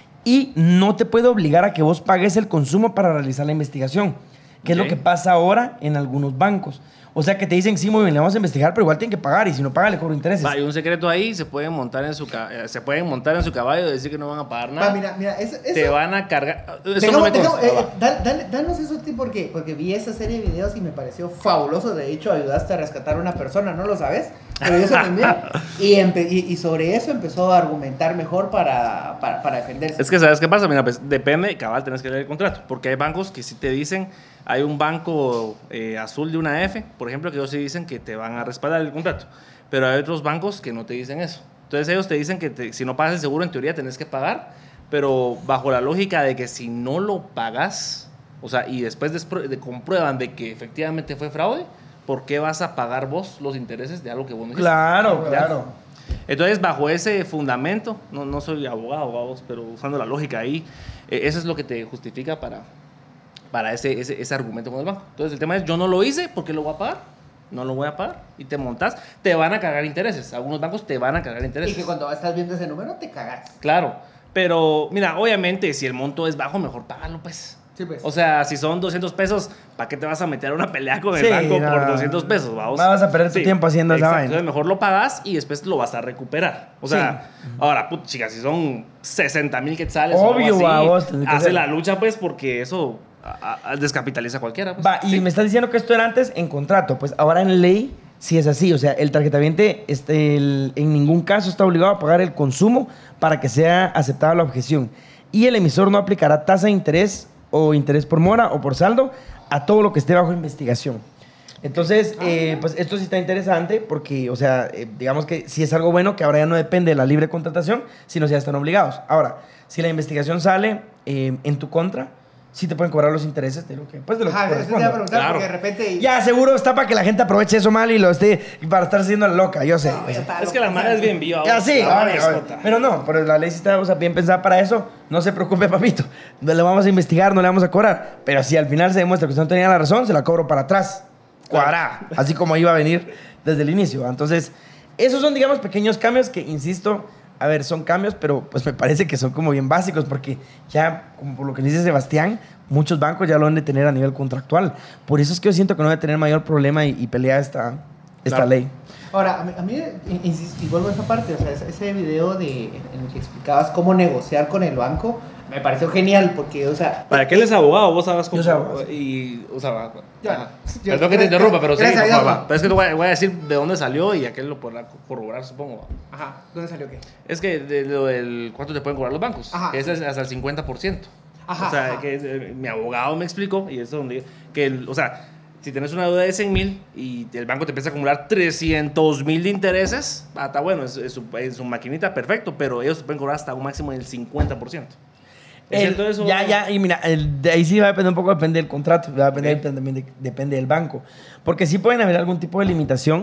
y no te puede obligar a que vos pagues el consumo para realizar la investigación, que es lo Ok. que pasa ahora en algunos bancos. O sea, que te dicen, sí, muy bien, le vamos a investigar, pero igual tienen que pagar y si no pagan le cobro intereses. Va, hay un secreto ahí, se pueden montar en su ca- eh, se pueden montar en su caballo y decir que no van a pagar nada. Va, mira, mira, eso, eso- Te van a cargar. Eso Tengamos- no me tengamos- consta, eh, va. eh, dan- dan- danos eso a ti porque, porque vi esa serie de videos y me pareció fabuloso. De hecho, ayudaste a rescatar a una persona, ¿no lo sabes? Pero yo eso también. Y, empe- y, y sobre eso empezó a argumentar mejor para, para, para defenderse. Es que, ¿sabes qué pasa? Mira, pues depende, cabal, tenés que leer el contrato. Porque hay bancos que sí te dicen, hay un banco eh, azul de una F, por ejemplo, que ellos sí dicen que te van a respaldar el contrato. Pero hay otros bancos que no te dicen eso. Entonces ellos te dicen que te- si no pagas el seguro, en teoría tenés que pagar, pero bajo la lógica de que si no lo pagas, o sea, y después despro- de, comprueban de que efectivamente fue fraude, ¿por qué vas a pagar vos los intereses de algo que vos no hiciste? Claro, ¿Ya? claro. Entonces, bajo ese fundamento, no, no soy abogado, vamos, pero usando la lógica ahí, eh, eso es lo que te justifica para, para ese, ese, ese argumento con el banco. Entonces, el tema es, yo no lo hice, ¿por qué lo voy a pagar? No lo voy a pagar. Y te montas, te van a cargar intereses. Algunos bancos te van a cargar Y intereses. que cuando estás viendo ese número te cagas. Claro, pero mira, obviamente, si el monto es bajo, mejor págalo, pues. Sí, pues. O sea, si son doscientos pesos, ¿para qué te vas a meter a una pelea con el Sí, banco no. por doscientos pesos? Vamos. Vas a perder tu tiempo haciendo esa exacto. vaina. Entonces mejor lo pagas y después lo vas a recuperar. O sea, ahora, put, chicas, si son sesenta mil quetzales Obvio, o algo va, así, vos tenés que hace hacer- la lucha, pues, porque eso a- a- descapitaliza a cualquiera. Pues. Va, y Sí. me estás diciendo que esto era antes en contrato. Pues ahora en ley sí es así. O sea, el tarjetaviente este, el- en ningún caso está obligado a pagar el consumo para que sea aceptada la objeción. Y el emisor no aplicará tasa de interés o interés por mora o por saldo a todo lo que esté bajo investigación. Entonces, eh, pues esto sí está interesante porque, o sea, eh, digamos que sí es algo bueno que ahora ya no depende de la libre contratación, sino ya están obligados. Ahora, si la investigación sale eh, en tu contra, sí te pueden cobrar los intereses de lo que, pues, de lo Ajá, que eso te iba corresponde. a preguntar Claro. porque de repente... Ya, seguro está para que la gente aproveche eso mal y lo esté para estar haciendo la loca, yo sé. No, ya está, Es que la mara es bien viva. Ya, sí, la mara obvio, es obvio. jota. Pero no, pero la ley sí está, o sea, bien pensada para eso. No se preocupe, papito. No le vamos a investigar, no le vamos a cobrar. Pero si al final se demuestra que usted no tenía la razón, se la cobro para atrás. Cuadrada. Así como iba a venir desde el inicio. Entonces, esos son, digamos, pequeños cambios que, insisto, a ver, son cambios, pero pues me parece que son como bien básicos porque ya, como por lo que dice Sebastián, muchos bancos ya lo han de tener a nivel contractual. Por eso es que yo siento que no debe tener mayor problema y, y pelea esta, esta Claro. ley. Ahora, a mí, a mí, in- insisto, y vuelvo a esa parte, o sea, ese- ese video de, en el que explicabas cómo negociar con el banco, me pareció genial porque, o sea... ¿Para qué él es abogado? Vos sabes cómo. Yo soy abogado. Y, o sea, va- Ya, ajá. yo- Perdón que te interrumpa, pero sí, gracias a por Dios, favor, no. va. Pero es que te voy a, voy a decir de dónde salió y aquel lo podrá corroborar, supongo. va. Ajá, ¿dónde salió qué? Es que de lo del cuánto te pueden cobrar los bancos. Ajá. Que es hasta el cincuenta por ciento. Ajá, O sea, ajá. que eh, mi abogado me explicó, y eso es donde, que, el- o sea, si tienes una deuda de cien mil y el banco te empieza a acumular trescientos mil de intereses, ah, está bueno, es, es su, es su maquinita, perfecto, pero ellos te pueden cobrar hasta un máximo del cincuenta por ciento. ¿Es El- cierto eso? Ya, ya, y mira, el- de ahí sí va a depender un poco, depende del contrato, va a depender Ok. también de- depende del banco. Porque sí pueden haber algún tipo de limitación,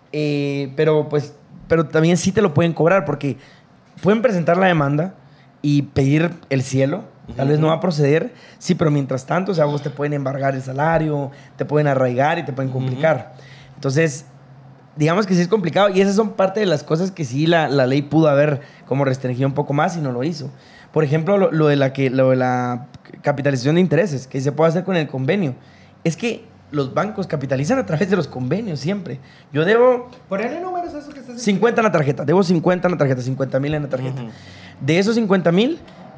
eh, pero pues, pero también sí te lo pueden cobrar, porque pueden presentar la demanda y pedir el cielo, tal vez no va a proceder, sí, pero mientras tanto, o sea, vos te pueden embargar el salario, te pueden arraigar y te pueden complicar. Entonces, digamos que sí es complicado y esas son parte de las cosas que sí la, la ley pudo haber como restringido un poco más y no lo hizo. Por ejemplo, lo, lo de la que, lo de la capitalización de intereses, que se puede hacer con el convenio. Es que los bancos capitalizan a través de los convenios siempre. Yo debo Ponele números a eso que estás cincuenta en la tarjeta, debo cincuenta en la tarjeta, cincuenta mil en la tarjeta. Ujú. De esos cincuenta mil,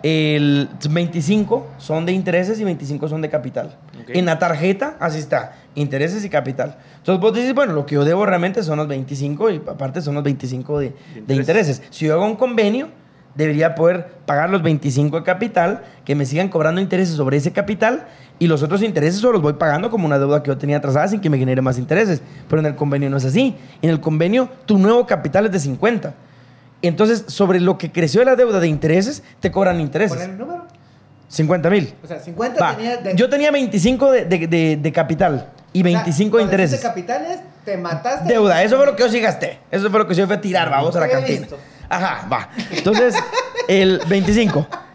el veinticinco son de intereses y veinticinco son de capital. Ok. En la tarjeta, así está, intereses y capital. Entonces vos dices, bueno, lo que yo debo realmente son los veinticinco y aparte son los veinticinco de, de intereses. Si yo hago un convenio, debería poder pagar los veinticinco de capital, que me sigan cobrando intereses sobre ese capital y los otros intereses solo los voy pagando como una deuda que yo tenía atrasada sin que me genere más intereses. Pero en el convenio no es así. En el convenio, tu nuevo capital es de cincuenta. Entonces, sobre lo que creció la deuda de intereses, te cobran intereses. Ponele el número. cincuenta mil. O sea, cincuenta tenía... de- Yo tenía veinticinco de, de- de- de capital y o sea, veinticinco de cuando hiciste intereses. capitales, te mataste... Deuda, eso fue lo que yo sí gasté. Eso fue lo que yo fui a tirar, vamos a la Había cantina. visto. Ajá, va. Entonces, el veinticinco.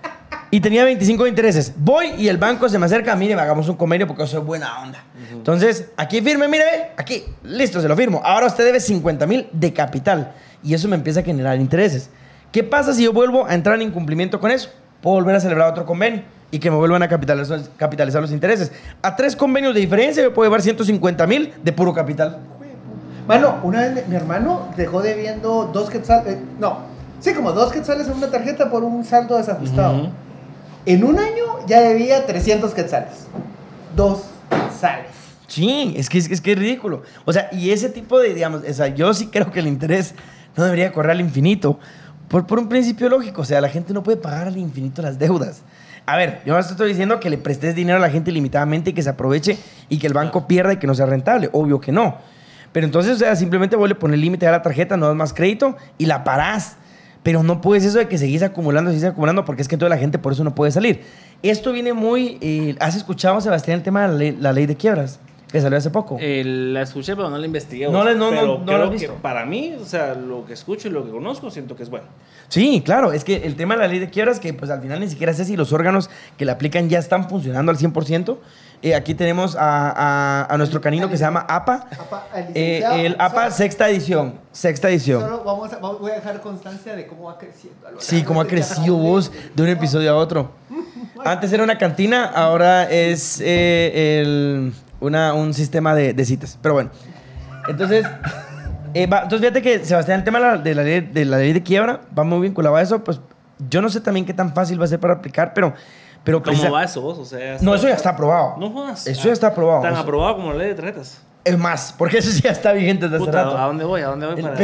y tenía veinticinco de intereses. Voy y el banco se me acerca, mire, hagamos un convenio porque yo soy buena onda. Uh-huh. Entonces, aquí firme, mire, aquí, listo, se lo firmo. Ahora usted debe cincuenta mil de capital y eso me empieza a generar intereses. ¿Qué pasa si yo vuelvo a entrar en incumplimiento con eso? Puedo volver a celebrar otro convenio y que me vuelvan a capitalizar, capitalizar los intereses. A tres convenios de diferencia yo puedo llevar ciento cincuenta mil de puro capital. Mano, una vez mi hermano dejó debiendo dos quetzales, eh, no, sí, como dos quetzales en una tarjeta por un saldo desajustado. Uh-huh. En un año ya debía trescientos quetzales. Dos quetzales. Sí, es que es, es que es ridículo. O sea, y ese tipo de, digamos, o sea, yo sí creo que el interés no debería correr al infinito por, por un principio lógico. O sea, la gente no puede pagar al infinito las deudas. A ver, yo no estoy diciendo que le prestes dinero a la gente ilimitadamente y que se aproveche y que el banco pierda y que no sea rentable. Obvio que no. Pero entonces, o sea, simplemente vos le pones límite a la tarjeta, no das más crédito y la parás. Pero no puedes eso de que seguís acumulando, seguís acumulando, porque es que toda la gente por eso no puede salir. Esto viene muy... Eh, ¿Has escuchado, Sebastián, el tema de la ley, la ley de quiebras? Que salió hace poco. Eh, la escuché, pero no la investigué. No, no, no, pero no, no creo la has visto. Que para mí, o sea, lo que escucho y lo que conozco, siento que es bueno. Sí, claro. Es que el tema de la ley de quiebras, que pues al final ni siquiera sé si los órganos que la aplican ya están funcionando al cien por ciento. Eh, aquí tenemos a, a, a nuestro canino que se llama A P A. APA el, eh, el A P A sexta edición. Sexta edición. Solo vamos a, voy a dejar constancia de cómo va creciendo. Sí, cómo ha crecido vos de un episodio a otro. Antes era una cantina, ahora es eh, el, una, un sistema de, de citas. Pero bueno, entonces, eh, va, entonces fíjate que, Sebastián, el tema de la, de, la ley, de la ley de quiebra va muy vinculado a eso. Pues yo no sé también qué tan fácil va a ser para aplicar, pero... pero ¿Cómo precisa- va eso vos? O sea, No, eso ya está aprobado. No jodas. Eso ya está aprobado. Tan Eso- aprobado como la ley de tarjetas. Es más, porque eso sí ya está vigente desde hace Puta, rato. ¿a dónde voy? ¿A dónde voy? El- Para... pero,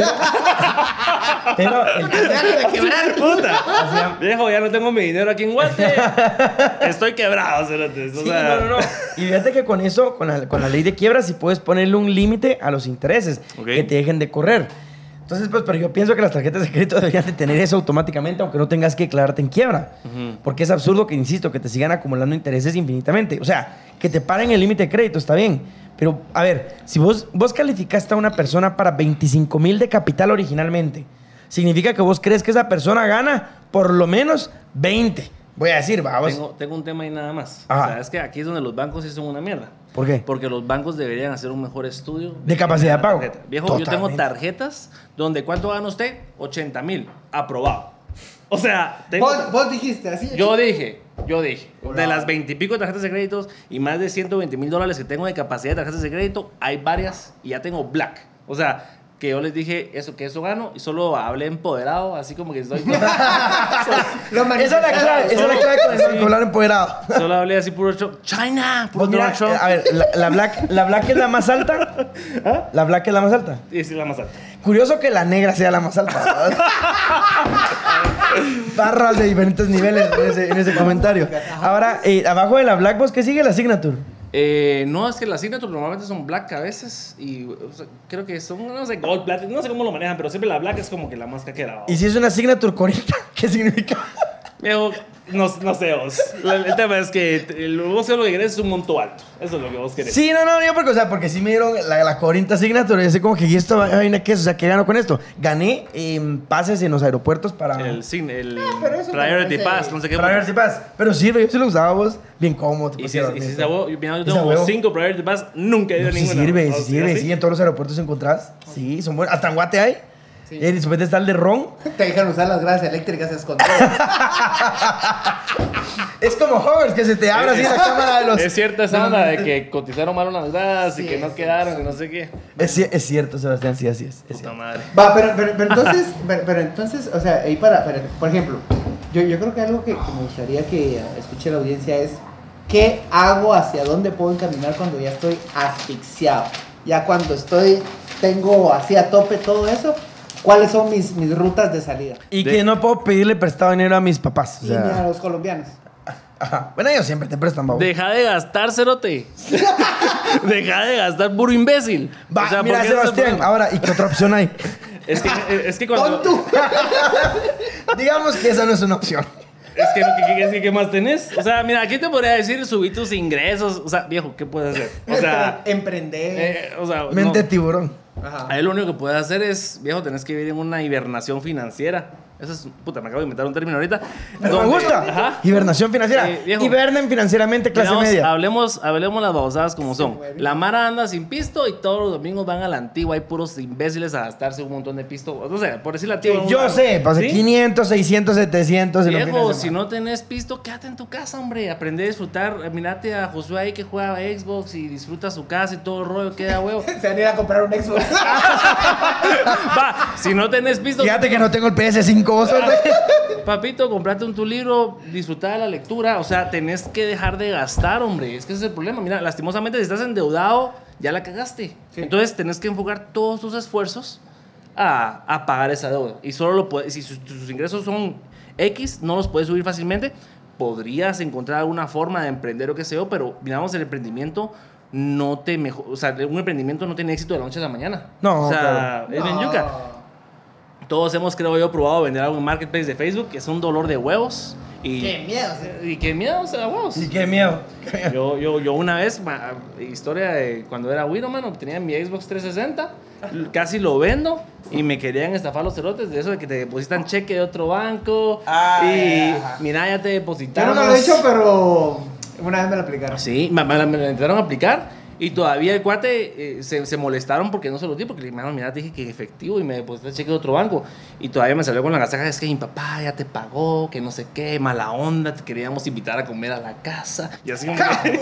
pero el de quebrar. Puta. Viejo, ya no tengo mi dinero aquí en Guate. Estoy quebrado, cerotes. O Sí, sea, no, no, no. Y fíjate que con eso, con la, con la ley de quiebras, sí puedes ponerle un límite a los intereses Ok. que te dejen de correr. Entonces, pues, pero yo pienso que las tarjetas de crédito deberían de tener eso automáticamente, aunque no tengas que declararte en quiebra. Ujú. Porque es absurdo que, insisto, que te sigan acumulando intereses infinitamente. O sea, que te paren el límite de crédito, está bien. Pero, a ver, si vos, vos calificaste a una persona para veinticinco mil de capital originalmente, significa que vos crees que esa persona gana por lo menos veinte. Voy a decir, vamos. Tengo, tengo un tema ahí nada más. Ajá. O sea, es que aquí es donde los bancos sí son una mierda. ¿Por qué? Porque los bancos deberían hacer un mejor estudio De capacidad de pago. tarjeta. Viejo, yo tengo Totalmente. tarjetas donde ¿cuánto gana usted? ochenta mil. Aprobado. O sea, tengo... Vos, vos dijiste así. Yo dije, yo dije, Hola. de las veintipico de tarjetas de créditos y más de ciento veinte mil dólares que tengo de capacidad de tarjetas de crédito, hay varias y ya tengo black. O sea, que yo les dije eso, que eso gano y solo hablé empoderado, así como que estoy... Lo Esa es la clave, esa es la clave con el Sí. celular empoderado. Solo hablé así puro Trump. China, puro Pues mira, Donald Trump. eh, a ver, la, la black, la black es la más alta. ¿Ah? La black es la más alta. Y es la más alta. Curioso que la negra sea la más alta. Barras de diferentes niveles en ese, en ese comentario. Ahora, eh, abajo de la black, ¿vos qué sigue? La signature. Eh, no, es que las signature normalmente son black a veces y o sea, creo que son, no sé, gold, platinum, no sé cómo lo manejan, pero siempre la black es como que la más caquera. Y si es una signature cuarenta, ¿qué significa? Viejo, no, no sé vos. El, el tema es que el, vos lo que querés es un monto alto. Eso es lo que vos querés. Sí, no, no, yo porque, o sea, porque sí me dieron la, la cuarenta signature. Yo sé como que, ¿y esto vaina qué es? O sea, ¿qué gano con esto? Gané eh, pases en los aeropuertos para... El, sin- el Ah, pero eso Priority me parece- Pass, no sé qué. Priority Pass. Pero sirve, yo sí lo usaba vos. Bien cómodo. te Y si, pusieron y si esto. esa huevo- yo, mira, yo Esa tengo huevo. como cinco Priority Pass, nunca he ido No, a sí ninguna. sirve, ¿No? sí ¿Sí, sirve. así? Sí, en todos los aeropuertos encontrás. Sí, son buenos. Hasta en Guate hay. Sí. Y después está el de Ron. Te dejan usar las gradas eléctricas escondidas. Es como Hogwarts, que se te abre así la cámara de los... Es cierta esa onda de que cotizaron mal unas gradas Sí, y que no sí, quedaron sí. y no sé qué. Es, ci- es cierto, Sebastián, sí, así es. es Puta cierto. madre. Va, pero, pero, pero entonces, pero, pero entonces, o sea, ahí para, para- por ejemplo, yo, yo creo que algo que, que me gustaría que eh, escuche la audiencia es, ¿qué hago, hacia dónde puedo encaminar cuando ya estoy asfixiado? Ya cuando estoy, tengo así a tope todo eso, ¿cuáles son mis, mis rutas de salida? Y De- que no puedo pedirle prestado dinero a mis papás. O Y ni a sea, los colombianos. ajá. Bueno, ellos siempre te prestan, babo. Deja de gastar, cerote. Deja de gastar, puro imbécil. Va, O sea, mira, ¿por qué ese es el Sebastián, problema? ahora, ¿y qué otra opción hay? Es que, es que cuando. ¡Pon tú! Digamos que esa no es una opción. Es que, ¿qué, qué, qué- qué más tenés? O sea, mira, aquí te podría decir subir tus ingresos. O sea, viejo, ¿qué puedes hacer? O sea, Emprender. eh, o sea, Mente no. tiburón. Ajá. Ahí lo único que puedes hacer es, viejo, tenés que vivir en una hibernación financiera. Eso es, puta, me acabo de inventar un término ahorita. Me donde- gusta. Ajá. Hibernación financiera. Eh, viejo. Hibernen financieramente, clase Digamos, media. Hablemos, hablemos las babosadas como son. La Mara anda sin pisto y todos los domingos van a la antigua. Hay puros imbéciles a gastarse un montón de pisto. O sea, por decir la antigua. Yo sé, pasé ¿Sí? quinientos, seiscientos, setecientos. en los fines Viejo, de si semana. no tenés pisto, quédate en tu casa, hombre. Aprende a disfrutar. Mirate a Josué ahí que juega Xbox y disfruta su casa y todo el rollo. Queda huevo. Se van a ir a comprar un Xbox. Va, si no tenés pisto. Fíjate que no tengo el P S cinco, vos, hombre. Papito, comprate un tu libro, disfrutar de la lectura. O sea, tenés que dejar de gastar, hombre. Es que ese es el problema. Mira, lastimosamente, si estás endeudado, ya la cagaste. Sí. Entonces, tenés que enfocar todos tus esfuerzos a, a pagar esa deuda. Y solo lo puedes, si sus, sus ingresos son X, no los puedes subir fácilmente. Podrías encontrar alguna forma de emprender o qué sé yo, pero digamos, el emprendimiento no te mejor, o sea, un emprendimiento no tiene éxito de la noche a la mañana. No, o sea, claro. es bien yuca. Todos hemos, creo yo, probado vender algo en Marketplace de Facebook, que es un dolor de huevos. Y, Qué miedo, sí. Y qué miedo, o sea, huevos. Y qué miedo. Yo, yo, yo una vez, ma- historia de cuando era Wiro, mano, tenía mi Xbox trescientos sesenta, casi lo vendo y me querían estafar los cerotes de eso de que te depositan cheque de otro banco Ah, y ajá. mira, ya te Yo depositaron. nunca lo he hecho, pero una vez me lo aplicaron. Sí, me, me la- me la intentaron aplicar y todavía el cuate eh, se, se molestaron porque no se lo di, porque le dije, mira, te dije que efectivo y me deposité el cheque de otro banco. Y todavía me salió con la gasaja, es que mi papá ya te pagó, que no sé qué, mala onda, te queríamos invitar a comer a la casa. Y así como que-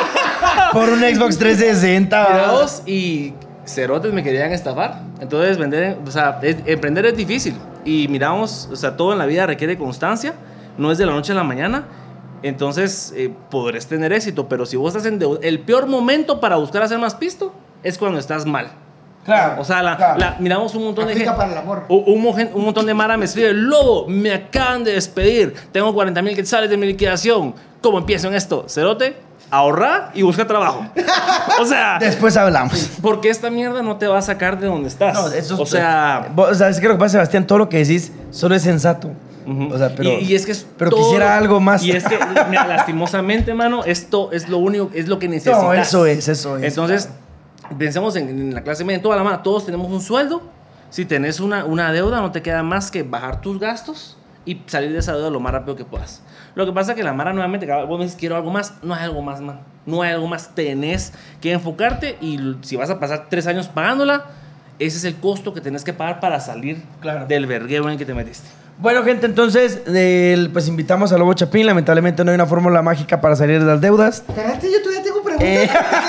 Por un Xbox trescientos sesenta. Mira ¿va? vos, y cerotes me querían estafar. Entonces, vender, o sea, es- emprender es difícil. Y miramos, o sea, todo en la vida requiere constancia, no es de la noche a la mañana. Entonces, eh, podrás tener éxito, pero si vos estás en deuda, el peor momento para buscar hacer más pisto es cuando estás mal. Claro. O sea, la, claro. la- miramos un montón de Aplica gente. para el amor. Un, un mojen- un montón de mara me escribe, Lobo, me acaban de despedir, tengo cuarenta mil quetzales de mi liquidación, ¿cómo empiezo en esto? Cerote, ahorra y busca trabajo. O sea, Después hablamos. porque esta mierda no te va a sacar de donde estás. No, eso es- o sea, Vos, ¿sabes qué es lo que pasa, Sebastián? Todo lo que decís solo es sensato. ujú. O sea, pero. y, y es que es pero todo- quisiera algo más. Y es que, mira, lastimosamente, mano, esto es lo único, es lo que necesitas. No, eso es, eso es. Entonces, pensemos en, en la clase media, en toda la mano, todos tenemos un sueldo. Si tenés una, una deuda, no te queda más que bajar tus gastos y salir de esa deuda lo más rápido que puedas. Lo que pasa es que la Mara nuevamente, cada- vos me dices, quiero algo más, no hay algo más, man. No hay algo más, tenés que enfocarte y l- si vas a pasar tres años pagándola, ese es el costo que tenés que pagar para salir Claro. del verguero en el que te metiste. Bueno, gente, entonces, del- pues invitamos a Lobo Chapín. Lamentablemente no hay una fórmula mágica para salir de las deudas. Espérate, yo todavía tengo preguntas. Eh.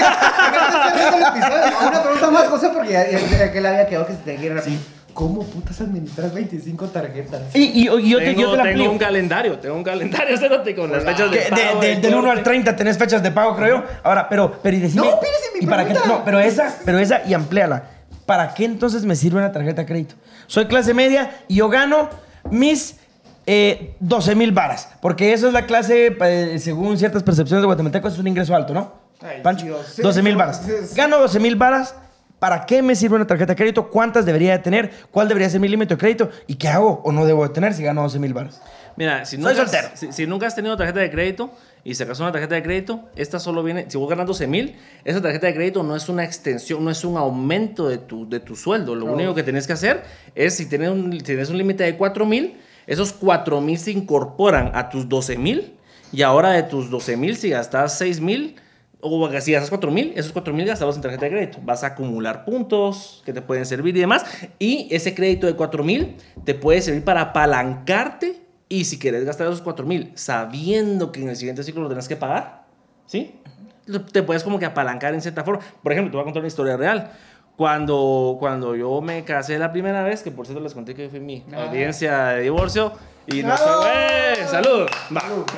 Una pregunta más, José, porque ya, ya, ya que le había quedado que se tenía que ir rápido. ¿Cómo putas administras veinticinco tarjetas? Y, y- y yo, te, tengo yo te la tengo aplico. un calendario, tengo un calendario, cérate, con las fechas de Que pago. de, de- el del uno al corte. treinta tenés fechas de pago, creo yo. Ahora, pero, pero y decime. No, espérese, mi ¿y para qué? pregunta. No, pero esa, pero esa y amplíala. ¿Para qué entonces me sirve una tarjeta de crédito? Soy clase media y yo gano mis eh, doce mil varas. Porque eso es la clase, eh, según ciertas percepciones de guatemaltecos, es un ingreso alto, ¿no? Ay, Pancho, Dios, sí, doce mil sí, varas. sí, sí. Gano doce mil varas. ¿Para qué me sirve una tarjeta de crédito? ¿Cuántas debería de tener? ¿Cuál debería ser mi límite de crédito? ¿Y qué hago o no debo de tener si gano doce mil varas? Mira, si Soy nunca, has, soltero. si, si nunca has tenido tarjeta de crédito y sacas una tarjeta de crédito, esta solo viene, si vos ganas doce mil, esa tarjeta de crédito no es una extensión, no es un aumento de tu, de tu sueldo. Lo único que tenés que hacer es, si tienes un, tienes un límite de cuatro mil, esos cuatro mil se incorporan a tus doce mil y ahora de tus doce mil, si gastas seis mil, o si gastas cuatro mil, esos cuatro mil gastados en tarjeta de crédito. Vas a acumular puntos que te pueden servir y demás. Y ese crédito de cuatro mil te puede servir para apalancarte. Y si quieres gastar esos cuatro mil sabiendo que en el siguiente ciclo lo tenés que pagar, ¿sí? Te puedes como que apalancar en cierta forma. Por ejemplo, te voy a contar una historia real. Cuando, cuando yo me casé la primera vez, que por cierto les conté que fue mi Ah. audiencia de divorcio, y no ¡Bravo! sé, ¡eh! ¡Salud! Va.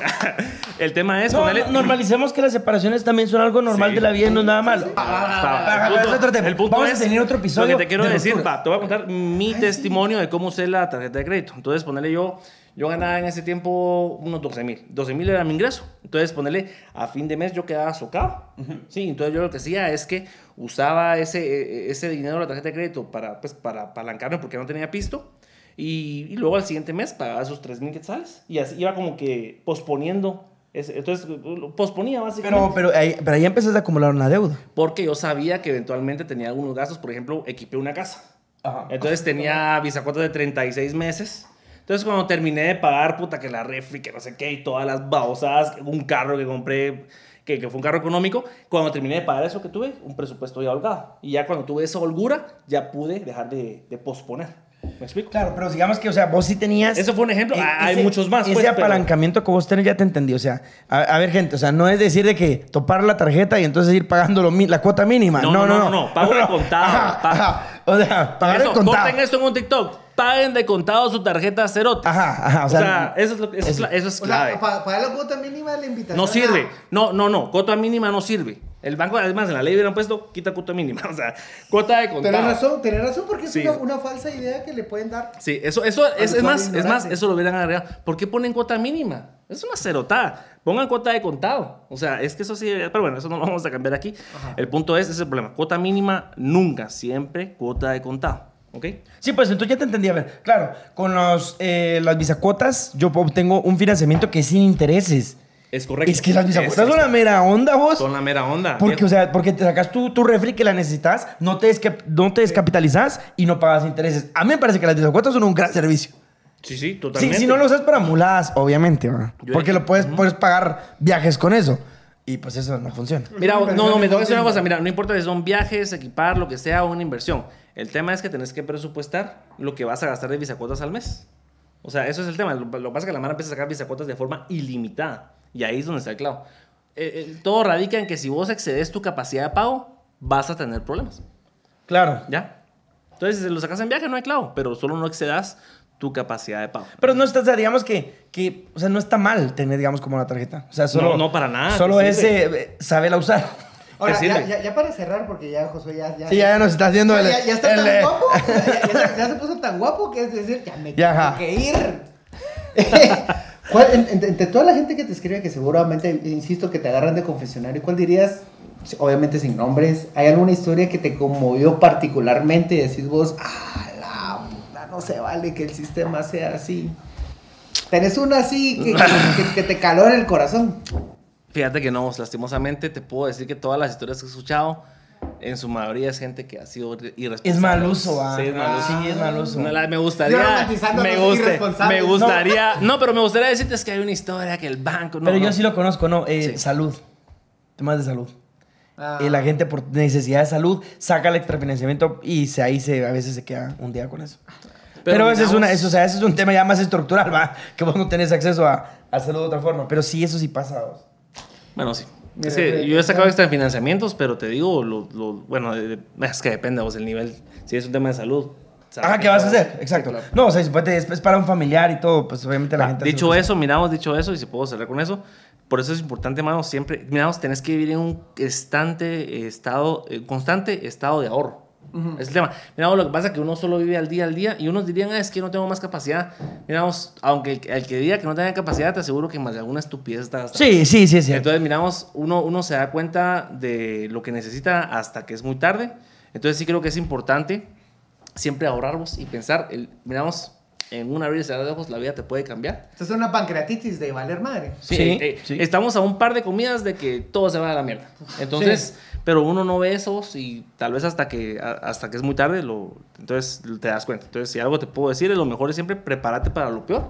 El tema es No, ponerle- no, normalicemos que las separaciones también son algo normal Sí. de la vida y no es nada malo. Va, Ah, el es punto- otro tema. el punto Vamos a es- tener otro episodio Lo que te quiero de decir, rupturas. va, te voy a contar mi testimonio de cómo usé la tarjeta de crédito. Entonces, ponerle yo, yo ganaba en ese tiempo unos doce mil. doce mil era mi ingreso. Entonces, ponerle a fin de mes yo quedaba socado. Sí, entonces yo lo que hacía es que usaba ese, ese dinero de la tarjeta de crédito para, pues, para apalancarme porque no tenía pisto. Y, y luego al siguiente mes pagaba esos tres mil quetzales. Y así iba como que posponiendo. ese- Entonces, lo posponía básicamente. Pero, pero, ahí, pero ahí empiezas a acumular una deuda. Porque yo sabía que eventualmente tenía algunos gastos. Por ejemplo, equipé una casa. Ajá. Entonces tenía bisacuotas de treinta y seis meses. Entonces, cuando terminé de pagar, puta, que la refri, que no sé qué, y todas las babosadas, un carro que compré, que, que fue un carro económico, cuando terminé de pagar eso que tuve, un presupuesto ya holgado. Y ya cuando tuve esa holgura, ya pude dejar de, de posponer. ¿Me explico? Claro, pero digamos que, o sea, vos sí tenías... Eso fue un ejemplo. eh, Hay ese- muchos más, Ese pues, pero- apalancamiento que vos tenés ya te entendí. O sea, a, a ver, gente, o sea, no es decir de que topar la tarjeta y entonces ir pagando lo mi- la cuota mínima. No, No, no, no, no, no, pago de contado, Ajá, pago. ajá. O sea, pagar Eso, el contado. corten esto en un TikTok. Paguen de contado su tarjeta Cerote. Ajá, ajá. O sea, eso es, lo, que- eso es, la- eso es O clave. sea, para pagar la cuota mínima de la invitación. No sirve. a- No, no, no. Cuota mínima no sirve. El banco, además, en la ley hubieran puesto quita cuota mínima. O sea, cuota de contado. Tenés razón, tenés razón, porque es Sí. una, una falsa idea que le pueden dar. Sí, eso, eso es, es usuario más, es ignorante. más, eso lo hubieran agregado. ¿Por qué ponen cuota mínima? Es una cerotada. Pongan cuota de contado. O sea, es que eso sí, pero bueno, eso no lo vamos a cambiar aquí. Ajá. El punto es, ese es el problema. Cuota mínima, nunca, siempre cuota de contado. ¿Ok? Sí, pues entonces ya te entendí. A ver, claro, con los, eh, las bisacuotas yo obtengo un financiamiento que es sin intereses. Es correcto. Es que las bisacuotas Es- son la mera onda, vos. Son la mera onda. Porque, o sea, porque te sacas tu, tu refri que la necesitas, no te, desca- no te descapitalizas y no pagas intereses. A mí me parece que las bisacuotas son un gran servicio. Sí, sí, Sí, totalmente. si no lo usas para muladas, obviamente, ¿va? Yo- Porque lo puedes, puedes pagar viajes con eso. Y pues eso no funciona. Mira, Es una no, no, inversión me tengo que decir una inútil. cosa. Mira, no importa si son viajes, equipar, lo que sea, o una inversión. El tema es que tenés que presupuestar lo que vas a gastar de bisacuotas al mes. O sea, eso es el tema. Lo, lo que pasa es que la mano empieza a sacar bisacuotas de forma ilimitada. Y ahí es donde está el clavo. Eh, eh, todo radica en que si vos excedes tu capacidad de pago, vas a tener problemas. Claro. ¿Ya? Entonces, si lo sacas en viaje, no hay clavo. Pero solo no excedas tu capacidad de pago. Pero no está, o sea, digamos que, que, o sea, no está mal tener, digamos, como la tarjeta. O sea, solo... No, no, para nada, Solo te es sirve. eh, saberla usar. Ahora, Te ya, sirve. ya, ya para cerrar, porque ya Josué ya... ya Sí, ya nos está haciendo ya, el... ya, ya está el, tan eh, guapo, ya, ya- ya- ya se puso tan guapo que es decir, ya me Ya, tengo ajá. que ir. ¿Cuál- en- en- entre toda la gente que te escribe, que seguramente, insisto, que te agarran de confesionario, ¿cuál dirías, obviamente sin nombres, hay alguna historia que te conmovió particularmente y decís vos, ah, la puta, no se vale que el sistema sea así? Tenés una así que, que- que- que te caló en el corazón. Fíjate que no, lastimosamente te puedo decir que todas las historias que he escuchado, en su mayoría es gente que ha sido irresponsable. Es mal uso, ¿va? Sí, es mal uso. Sí, es mal uso. No, la- me Yo gustaría. romantizando a Me, los guste- irresponsables, me ¿no? gustaría. No. pero me gustaría decirte es que hay una historia que el banco. No, Pero yo no. sí lo conozco, ¿no? Eh, Sí. Salud. Temas de salud. Ah. Eh, la gente por necesidad de salud saca el extrafinanciamiento y se, ahí se, a veces se queda un día con eso. Pero, Pero ese, es digamos- una, eso, o sea, ese es un tema ya más estructural, ¿va? Que vos no tenés acceso a, a salud de otra forma. Pero sí, eso sí pasa. ¿va? Bueno, sí. Mira, Es que pero- yo he sacado extra financiamientos, pero te digo, lo, lo- bueno, de- de- es que depende vos el nivel. Si es un tema de salud. sabes Ajá, que ¿qué vas a todo- hacer? Exacto. Sí, claro. No, o sea, si puede- es, es para un familiar y todo, pues obviamente la Ah, gente... hace dicho lo que eso, miramos, dicho eso, y si puedo cerrar con eso, por eso es importante, hermano, siempre, miramos, tenés que vivir en un constante estado, eh, constante estado de ahorro. Es el tema. Miramos, lo que pasa es que uno solo vive al día al día y unos dirían, ah, es que no tengo más capacidad. Miramos, aunque el, el que diga que no tenga capacidad, te aseguro que más de alguna estupidez está gastando. Sí, sí, sí, sí. Entonces, miramos, uno, uno se da cuenta de lo que necesita hasta que es muy tarde. Entonces, sí creo que es importante siempre ahorrarnos y pensar, el, miramos, en un abrir y cerrar de ojos, la vida te puede cambiar. Esto es una pancreatitis de valer madre. Sí, Sí, eh, sí. Estamos a un par de comidas de que todo se va a la mierda. Entonces, pero uno no ve eso y tal vez hasta que, a- hasta que es muy tarde, lo, entonces te das cuenta. Entonces, si algo te puedo decir, es lo mejor es siempre prepárate para lo peor.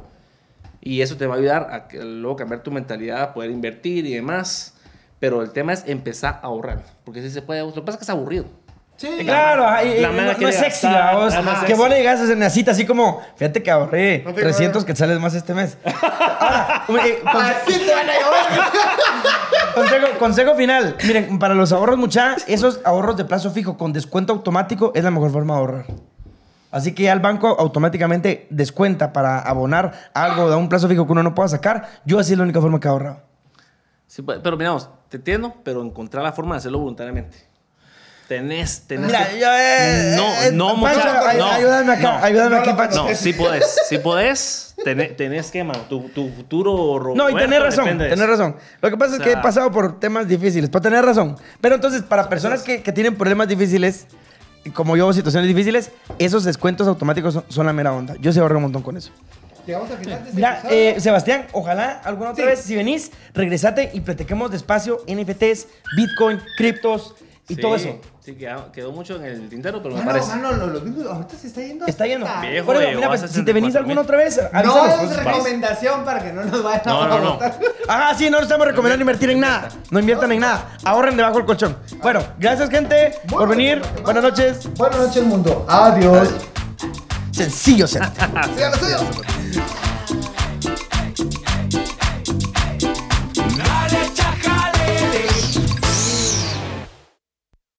Y eso te va a ayudar a que, luego cambiar tu mentalidad, a poder invertir y demás. Pero el tema es empezar a ahorrar. Porque si se puede, lo que pasa es que es aburrido. Sí. Claro, ajá, y- y la no, manera no que es de sexy, gastar, vos. ah, no es Que sexy. vos le digas en la cita así como, fíjate que ahorré No te trescientos creo. quetzales más este mes. Ahora, eh, conse- Así te van a llevar. consejo, consejo final. Miren, para los ahorros, mucha, esos ahorros de plazo fijo con descuento automático es la mejor forma de ahorrar. Así que ya el banco automáticamente descuenta para abonar algo de un plazo fijo que uno no pueda sacar. Yo así es la única forma que he ahorrado. Sí, pues, pero miramos, te entiendo, pero encontrar la forma de hacerlo voluntariamente. Tenés, tenés Mira, que- yo, eh, No, eh, no, Pancho, muchacho, ay- no, ayúdame acá, no. ayúdame No, aquí, no, Pancho. No, sí podés, sí podés. Tenés, tenés que, mano, tu, tu futuro Roberto, No, y tenés razón, depende de tenés eso. razón. Lo que pasa O es que he sea- pasado por temas difíciles, pero tenés razón. Pero entonces, para personas que, que tienen problemas difíciles, como yo, situaciones difíciles, esos descuentos automáticos son, son la mera onda. Yo se ahorro un montón con eso. Llegamos al final de este Mira, episodio. eh, Sebastián, ojalá alguna otra Sí. vez, si venís, regresate y platiquemos despacio N F Ts, Bitcoin, criptos y Sí, todo eso. Sí, quedó, quedó mucho en el tintero, pero me Mano, parece. mano, lo, lo mismo, ahorita se está yendo. Está yendo. hasta- Viejo, Por eso, llegó mira, a pues, si te sesenta y venís cuatro alguna mil. otra vez, No avísanos. es pues, recomendación para que no nos vayan No, a no, no. botar. Ajá, sí, no nos estamos recomendando invertir en nada. No inviertan en nada. Ahorren debajo del colchón. Bueno, gracias, gente, por venir. Buenas noches. Buenas noches, mundo. Adiós. Sencillo, sencillo. Síganos, síganos.